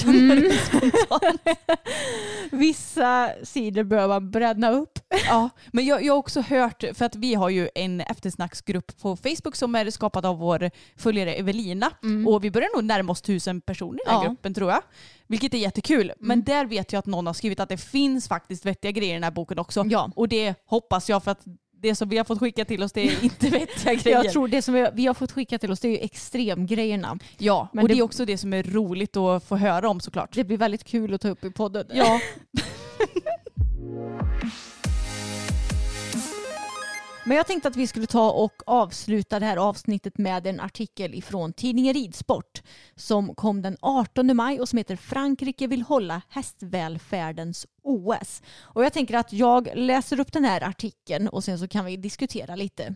[SPEAKER 5] Vissa sidor bör man bränna upp.
[SPEAKER 4] Ja, men jag har också hört, för att vi har ju en eftersnacksgrupp på Facebook som är skapad av vår följare Evelina. Och vi börjar nog närma oss 1000 personer i den gruppen tror jag. Vilket är jättekul. Men där vet jag att någon har skrivit att det finns faktiskt vettiga grejer i den här boken också. Ja. Och det hoppas jag, för att det som vi har fått skicka till oss, det är inte vettiga grejer.
[SPEAKER 5] Jag tror det som vi har fått skicka till oss, det är ju extremgrejerna.
[SPEAKER 4] Ja, men och det är också det som är roligt att få höra om såklart.
[SPEAKER 5] Det blir väldigt kul att ta upp i podden.
[SPEAKER 4] Ja.
[SPEAKER 5] Men jag tänkte att vi skulle ta och avsluta det här avsnittet med en artikel ifrån tidningen Ridsport som kom den 18 maj och som heter Frankrike vill hålla hästvälfärdens OS. Och jag tänker att jag läser upp den här artikeln och sen så kan vi diskutera lite.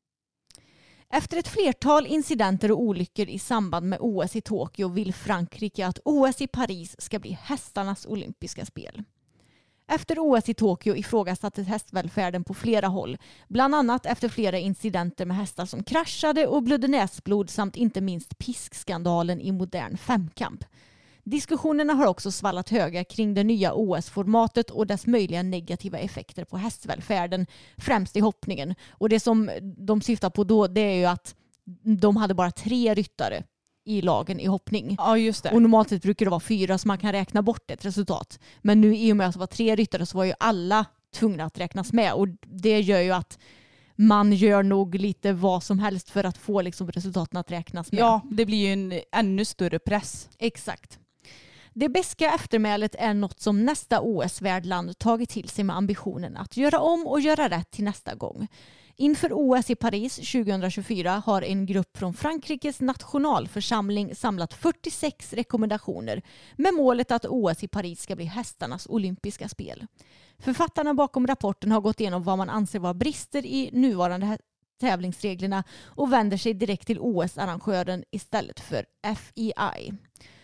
[SPEAKER 5] Efter ett flertal incidenter och olyckor i samband med OS i Tokyo vill Frankrike att OS i Paris ska bli hästarnas olympiska spel. Efter OS i Tokyo ifrågasattes hästvälfärden på flera håll, bland annat efter flera incidenter med hästar som kraschade och blödde näsblod samt inte minst piskskandalen i modern femkamp. Diskussionerna har också svallat höga kring det nya OS-formatet och dess möjliga negativa effekter på hästvälfärden, främst i hoppningen. Och det som de syftar på då, det är ju att de hade bara 3 ryttare i lagen i hoppning.
[SPEAKER 4] Ja, just det.
[SPEAKER 5] Och normalt sett brukar det vara 4 så man kan räkna bort ett resultat. Men nu i och med att det var 3 ryttare så var ju alla tvungna att räknas med. Och det gör ju att man gör nog lite vad som helst för att få liksom resultaten att räknas med.
[SPEAKER 4] Ja, det blir ju en ännu större press.
[SPEAKER 5] Exakt. Det beska eftermälet är något som nästa OS-värdland tagit till sig med ambitionen att göra om och göra rätt till nästa gång. Inför OS i Paris 2024 har en grupp från Frankrikes nationalförsamling samlat 46 rekommendationer med målet att OS i Paris ska bli hästarnas olympiska spel. Författarna bakom rapporten har gått igenom vad man anser vara brister i nuvarande tävlingsreglerna och vänder sig direkt till OS-arrangören istället för FEI.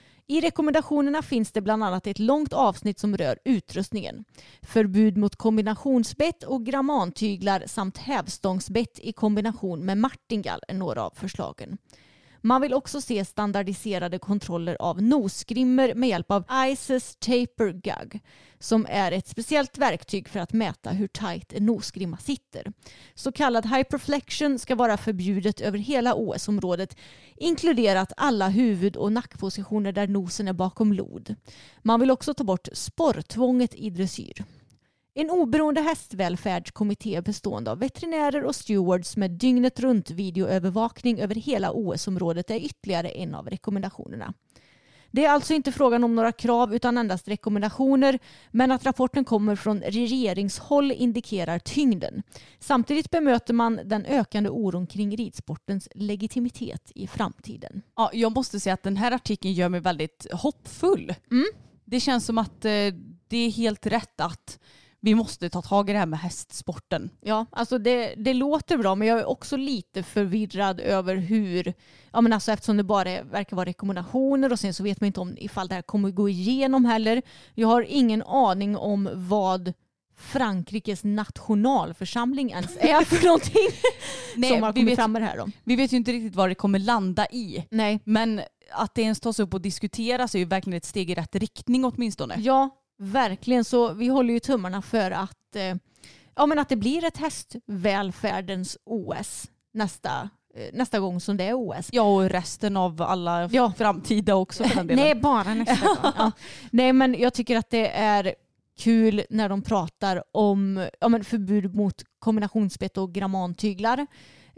[SPEAKER 5] I rekommendationerna finns det bland annat ett långt avsnitt som rör utrustningen. Förbud mot kombinationsbett och grammantyglar samt hävstångsbett i kombination med martingall är några av förslagen. Man vill också se standardiserade kontroller av nosgrimmer med hjälp av ICES Taper Gug som är ett speciellt verktyg för att mäta hur tajt en nosgrimma sitter. Så kallad hyperflexion ska vara förbjudet över hela OS-området, inkluderat alla huvud- och nackpositioner där nosen är bakom lod. Man vill också ta bort sporrtvånget i dressyr. En oberoende hästvälfärdskommitté bestående av veterinärer och stewards med dygnet runt videoövervakning över hela OS-området är ytterligare en av rekommendationerna. Det är alltså inte frågan om några krav utan endast rekommendationer, men att rapporten kommer från regeringshåll indikerar tyngden. Samtidigt bemöter man den ökande oron kring ridsportens legitimitet i framtiden.
[SPEAKER 4] Ja, jag måste säga att den här artikeln gör mig väldigt hoppfull. Det känns som att det är helt rätt att vi måste ta tag i det här med hästsporten.
[SPEAKER 5] Ja, alltså det låter bra, men jag är också lite förvirrad över hur, ja men alltså eftersom det bara verkar vara rekommendationer och sen så vet man inte om ifall det här kommer gå igenom heller. Jag har ingen aning om vad Frankrikes nationalförsamling ens är för någonting.
[SPEAKER 4] Nej,
[SPEAKER 5] som har kommit fram med det här då.
[SPEAKER 4] Vi vet ju inte riktigt vad det kommer landa i.
[SPEAKER 5] Nej.
[SPEAKER 4] Men att det ens tas upp och diskuteras är ju verkligen ett steg i rätt riktning åtminstone.
[SPEAKER 5] Ja, verkligen. Så vi håller ju tummarna för att, men att det blir ett hästvälfärdens OS nästa gång som det är OS.
[SPEAKER 4] Ja, och resten av alla framtida också för den delen.
[SPEAKER 5] Nej, bara nästa gång. Ja. Nej, men jag tycker att det är kul när de pratar om förbud mot kombinationsbett och grammantyglar.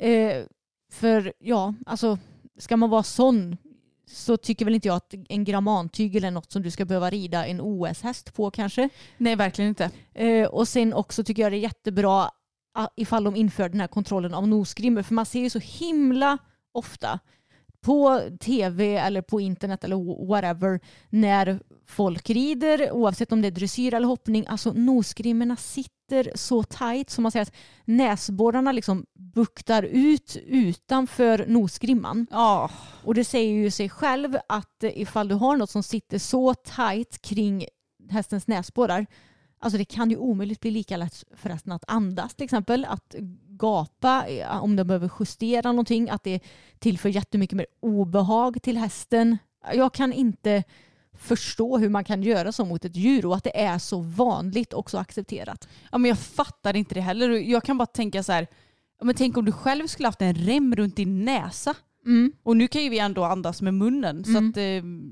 [SPEAKER 5] För alltså ska man vara sån så tycker väl inte jag att en grammantygel är något som du ska behöva rida en OS-häst på kanske.
[SPEAKER 4] Nej, verkligen inte.
[SPEAKER 5] Och sen också tycker jag det är jättebra ifall de inför den här kontrollen av nosgrimmer. För man ser ju så himla ofta på tv eller på internet eller whatever när folk rider, oavsett om det är dressyr eller hoppning, alltså nosgrimmerna sitter så tajt som man säger att näsborrarna liksom buktar ut utanför nosgrimman.
[SPEAKER 4] Ja.
[SPEAKER 5] Och det säger ju sig själv att ifall du har något som sitter så tajt kring hästens näsborrar, alltså det kan ju omöjligt bli lika lätt för hästen att andas till exempel, att gapa om de behöver justera någonting, att det tillför jättemycket mer obehag till hästen. Jag kan inte förstå hur man kan göra så mot ett djur och att det är så vanligt och så accepterat.
[SPEAKER 4] Ja, men jag fattar inte det heller. Jag kan bara tänka så här, men tänk om du själv skulle haft en rem runt din näsa.
[SPEAKER 5] Mm.
[SPEAKER 4] Och nu kan ju vi ändå andas med munnen så att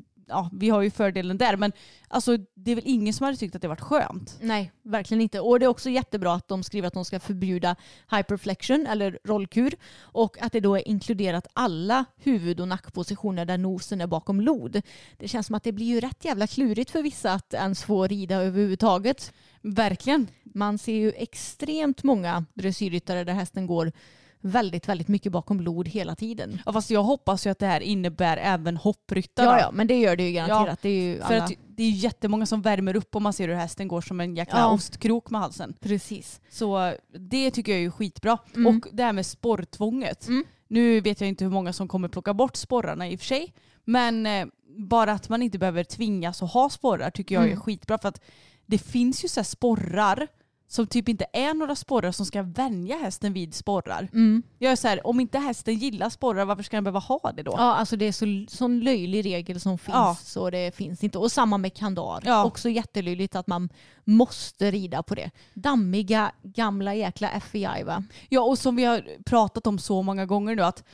[SPEAKER 4] vi har ju fördelen där. Men alltså, det är väl ingen som hade tyckt att det varit skönt.
[SPEAKER 5] Nej, verkligen inte. Och det är också jättebra att de skriver att de ska förbjuda hyperflexion eller rollkur och att det då är inkluderat alla huvud- och nackpositioner där nosen är bakom lod. Det känns som att det blir ju rätt jävla klurigt för vissa att ens få rida överhuvudtaget.
[SPEAKER 4] Verkligen.
[SPEAKER 5] Man ser ju extremt många dressyrryttare där hästen går väldigt, väldigt mycket bakom lod hela tiden.
[SPEAKER 4] Ja, fast jag hoppas ju att det här innebär även hoppryttare.
[SPEAKER 5] Ja, men det gör det ju garanterat.
[SPEAKER 4] Ja,
[SPEAKER 5] det är ju
[SPEAKER 4] för
[SPEAKER 5] alla...
[SPEAKER 4] att det är jättemånga som värmer upp och man ser hur hästen går som en jäkla ostkrok med halsen.
[SPEAKER 5] Precis.
[SPEAKER 4] Så det tycker jag är ju skitbra.
[SPEAKER 5] Mm.
[SPEAKER 4] Och det här med sporrtvånget.
[SPEAKER 5] Mm.
[SPEAKER 4] Nu vet jag inte hur många som kommer plocka bort sporrarna i och för sig. Men bara att man inte behöver tvingas att ha sporrar tycker jag är skitbra. För att det finns ju så här sporrar som typ inte är några sporrar som ska vänja hästen vid sporrar.
[SPEAKER 5] Mm.
[SPEAKER 4] Jag är så här, om inte hästen gillar sporrar, varför ska den behöva ha det då?
[SPEAKER 5] Ja, alltså det är sån löjlig regel som finns så det finns inte. Och samma med kandar.
[SPEAKER 4] Ja.
[SPEAKER 5] Också jättelöjligt att man måste rida på det. Dammiga, gamla jäkla FEI va?
[SPEAKER 4] Ja, och som vi har pratat om så många gånger nu att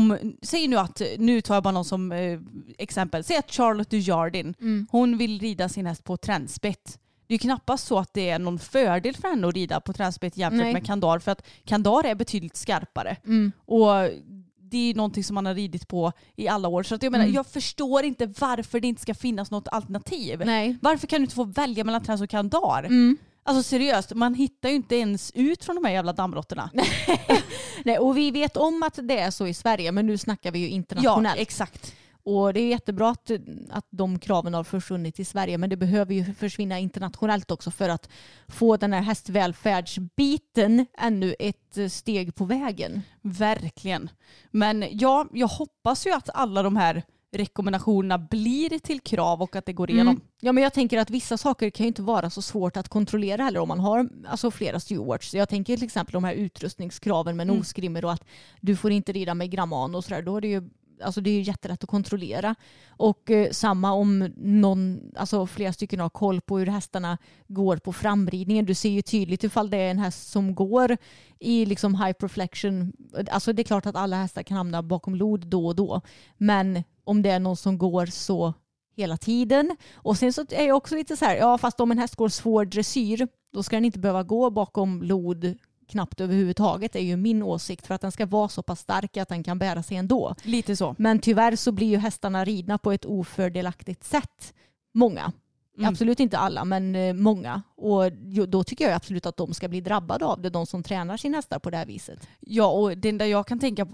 [SPEAKER 4] säg nu att, nu tar jag bara någon som exempel, säg att Charlotte Dujardin, hon vill rida sin häst på tränspett. Det är knappast så att det är någon fördel för henne att rida på tränspett jämfört med kandar, för att kandar är betydligt skarpare. Och det är någonting som man har ridit på i alla år. Så att jag menar, jag förstår inte varför det inte ska finnas något alternativ.
[SPEAKER 5] Nej.
[SPEAKER 4] Varför kan du inte få välja mellan träns och kandar? Alltså seriöst, man hittar ju inte ens ut från de här jävla dammråttorna.
[SPEAKER 5] Nej, och vi vet om att det är så i Sverige, men nu snackar vi ju internationellt.
[SPEAKER 4] Ja, exakt.
[SPEAKER 5] Och det är jättebra att de kraven har försvunnit i Sverige, men det behöver ju försvinna internationellt också för att få den här hästvälfärdsbiten ännu ett steg på vägen.
[SPEAKER 4] Verkligen. Men ja, jag hoppas ju att alla de här rekommendationerna blir till krav och att det går igenom.
[SPEAKER 5] Ja, men jag tänker att vissa saker kan ju inte vara så svårt att kontrollera heller om man har alltså flera stewards. Jag tänker till exempel de här utrustningskraven med nosgrimmer och att du får inte rida med gramman och sådär. Då är det ju alltså det är ju jättelätt att kontrollera. Och samma om flera stycken har koll på hur hästarna går på framridningen. Du ser ju tydligt ifall det är en häst som går i liksom hyperflexion. Alltså det är klart att alla hästar kan hamna bakom lod då och då. Men om det är någon som går så hela tiden. Och sen så är jag också lite så här, fast om en häst går svår dressyr, då ska den inte behöva gå bakom lod knappt överhuvudtaget, är ju min åsikt, för att den ska vara så pass stark att den kan bära sig ändå.
[SPEAKER 4] Lite så.
[SPEAKER 5] Men tyvärr så blir ju hästarna ridna på ett ofördelaktigt sätt. Många. Absolut inte alla, men många. Och då tycker jag absolut att de ska bli drabbade av det, de som tränar sina hästar på det här viset.
[SPEAKER 4] Ja, och det enda jag kan tänka på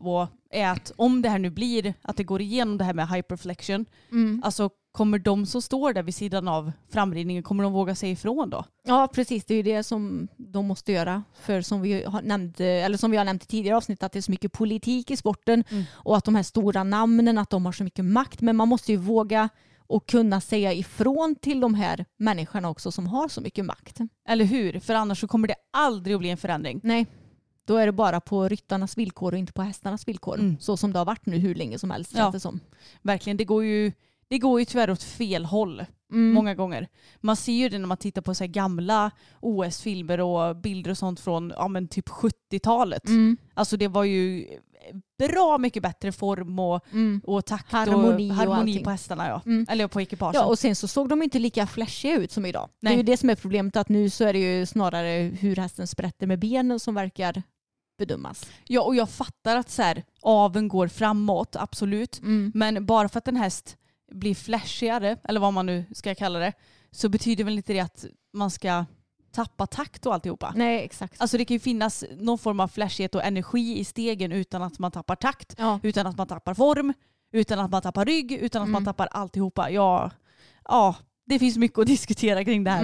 [SPEAKER 4] är att om det här nu blir att det går igenom det här med hyperflexion, alltså kommer de som står där vid sidan av framridningen, kommer de våga säga ifrån då?
[SPEAKER 5] Ja, precis. Det är ju det som de måste göra. För som vi har nämnt i tidigare avsnitt, att det är så mycket politik i sporten och att de här stora namnen, att de har så mycket makt. Men man måste ju våga och kunna säga ifrån till de här människorna också som har så mycket makt.
[SPEAKER 4] Eller hur? För annars så kommer det aldrig att bli en förändring.
[SPEAKER 5] Nej, då är det bara på ryttarnas villkor och inte på hästarnas villkor. Så som det har varit nu hur länge som helst.
[SPEAKER 4] Ja,
[SPEAKER 5] som.
[SPEAKER 4] Verkligen. Det går ju tyvärr åt fel håll många gånger. Man ser ju det när man tittar på så här gamla OS-filmer och bilder och sånt från typ 70-talet. Alltså det var ju bra mycket bättre form och takt harmoni på hästarna. Ja. Eller på ekipagen.
[SPEAKER 5] Ja, och sen så såg de inte lika flashiga ut som idag. Nej. Det är ju det som är problemet, att nu så är det ju snarare hur hästen sprätter med benen som verkar bedömas.
[SPEAKER 4] Ja, och jag fattar att så här, aveln går framåt, absolut. Men bara för att en häst blir flashigare, eller vad man nu ska kalla det, så betyder väl inte det att man ska tappa takt och alltihopa.
[SPEAKER 5] Nej, exakt.
[SPEAKER 4] Alltså det kan ju finnas någon form av flashighet och energi i stegen utan att man tappar takt, utan att man tappar form, utan att man tappar rygg, utan att man tappar alltihopa. Ja, det finns mycket att diskutera kring det här.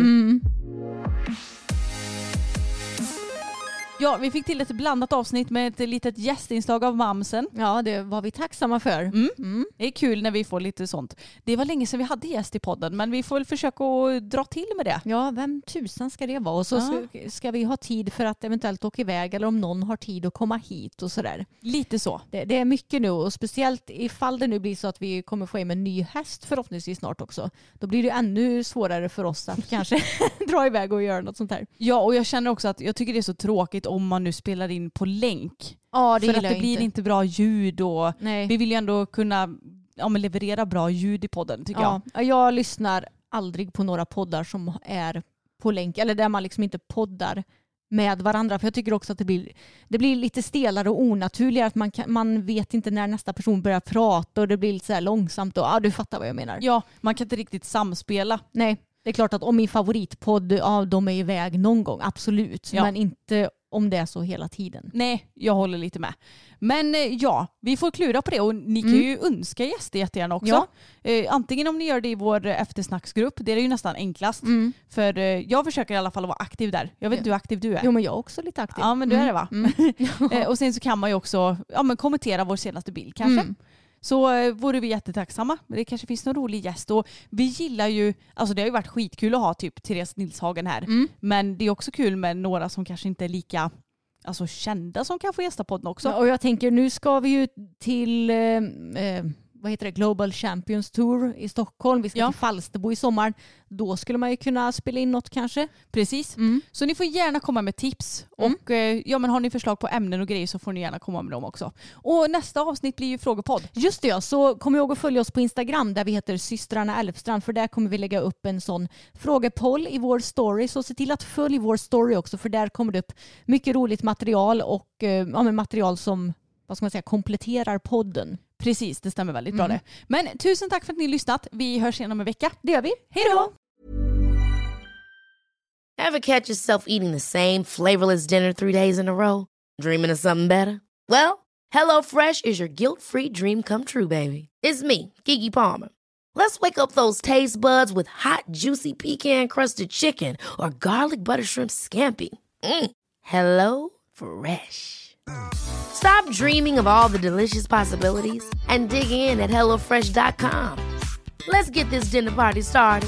[SPEAKER 4] Ja, vi fick till ett blandat avsnitt med ett litet gästinslag av Mamsen.
[SPEAKER 5] Ja, det var vi tacksamma för.
[SPEAKER 4] Det är kul när vi får lite sånt. Det var länge sedan vi hade gäst i podden, men vi får väl försöka att dra till med det.
[SPEAKER 5] Ja, vem tusan ska det vara? Och så ska vi ha tid för att eventuellt åka iväg, eller om någon har tid att komma hit och sådär.
[SPEAKER 4] Lite så.
[SPEAKER 5] Det är mycket nu, och speciellt ifall det nu blir så att vi kommer få in en ny häst förhoppningsvis snart också. Då blir det ännu svårare för oss att kanske dra iväg och göra något sånt här.
[SPEAKER 4] Ja, och jag känner också att jag tycker det är så tråkigt om man nu spelar in på länk.
[SPEAKER 5] Ja, det
[SPEAKER 4] för att det blir inte bra ljud, och vi vill ju ändå kunna leverera bra ljud i podden, tycker jag.
[SPEAKER 5] Jag lyssnar aldrig på några poddar som är på länk, eller där man liksom inte poddar med varandra, för jag tycker också att det blir lite stelare och onaturligare, att man vet inte när nästa person börjar prata och det blir lite så här långsamt, och du fattar vad jag menar.
[SPEAKER 4] Ja, man kan inte riktigt samspela.
[SPEAKER 5] Nej, det är klart att om min favoritpodd, de är iväg någon gång, absolut, men inte om det är så hela tiden.
[SPEAKER 4] Nej, jag håller lite med. Men vi får klura på det, och ni kan ju önska gäster jättegärna också. Ja. Antingen om ni gör det i vår eftersnacksgrupp, det är ju nästan enklast. För jag försöker i alla fall vara aktiv där. Jag vet inte hur aktiv du är.
[SPEAKER 5] Jo, men jag är också lite aktiv.
[SPEAKER 4] Ja, men du är det, va? Och sen så kan man ju också kommentera vår senaste bild kanske. Så vore vi jättetacksamma. Det kanske finns någon rolig gäst. Och vi gillar ju, alltså det har ju varit skitkul att ha typ Therese Nilshagen här. Men det är också kul med några som kanske inte är lika kända som kan få gästa podden också.
[SPEAKER 5] Ja, och jag tänker, nu ska vi ju till Global Champions Tour i Stockholm. Vi ska till Falsterbo i sommar. Då skulle man ju kunna spela in något kanske.
[SPEAKER 4] Precis. Så ni får gärna komma med tips. Och men har ni förslag på ämnen och grejer så får ni gärna komma med dem också. Och nästa avsnitt blir ju frågepodd.
[SPEAKER 5] Just det, så kom ihåg att följa oss på Instagram där vi heter Systrarna Älvstrand, för där kommer vi lägga upp en sån frågepoll i vår story. Så se till att följa vår story också, för där kommer det upp mycket roligt material och material som kompletterar podden.
[SPEAKER 4] Precis, det stämmer väldigt bra det. Men tusen tack för att ni har lyssnat. Vi hörs igen om en vecka.
[SPEAKER 5] Det gör vi.
[SPEAKER 4] Hej då!
[SPEAKER 9] Ever catch yourself eating the same flavorless dinner 3 days in a row? Dreaming of something better? Well, HelloFresh is your guilt-free dream come true, baby. It's me, Keke Palmer. Let's wake up those taste buds with hot, juicy pecan-crusted chicken or garlic butter shrimp scampi. Hello Fresh. Stop dreaming of all the delicious possibilities and dig in at HelloFresh.com. Let's get this dinner party started.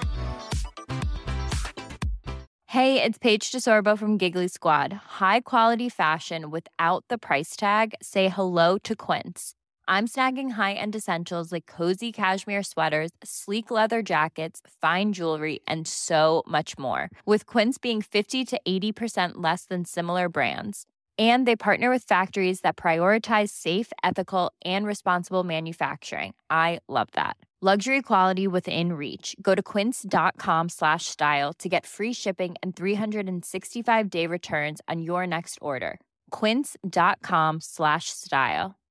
[SPEAKER 10] Hey, it's Paige DeSorbo from Giggly Squad. High quality fashion without the price tag. Say hello to Quince. I'm snagging high-end essentials like cozy cashmere sweaters, sleek leather jackets, fine jewelry, and so much more. With Quince being 50 to 80% less than similar brands. And they partner with factories that prioritize safe, ethical, and responsible manufacturing. I love that. Luxury quality within reach. Go to quince.com/style to get free shipping and 365-day returns on your next order. Quince.com/style.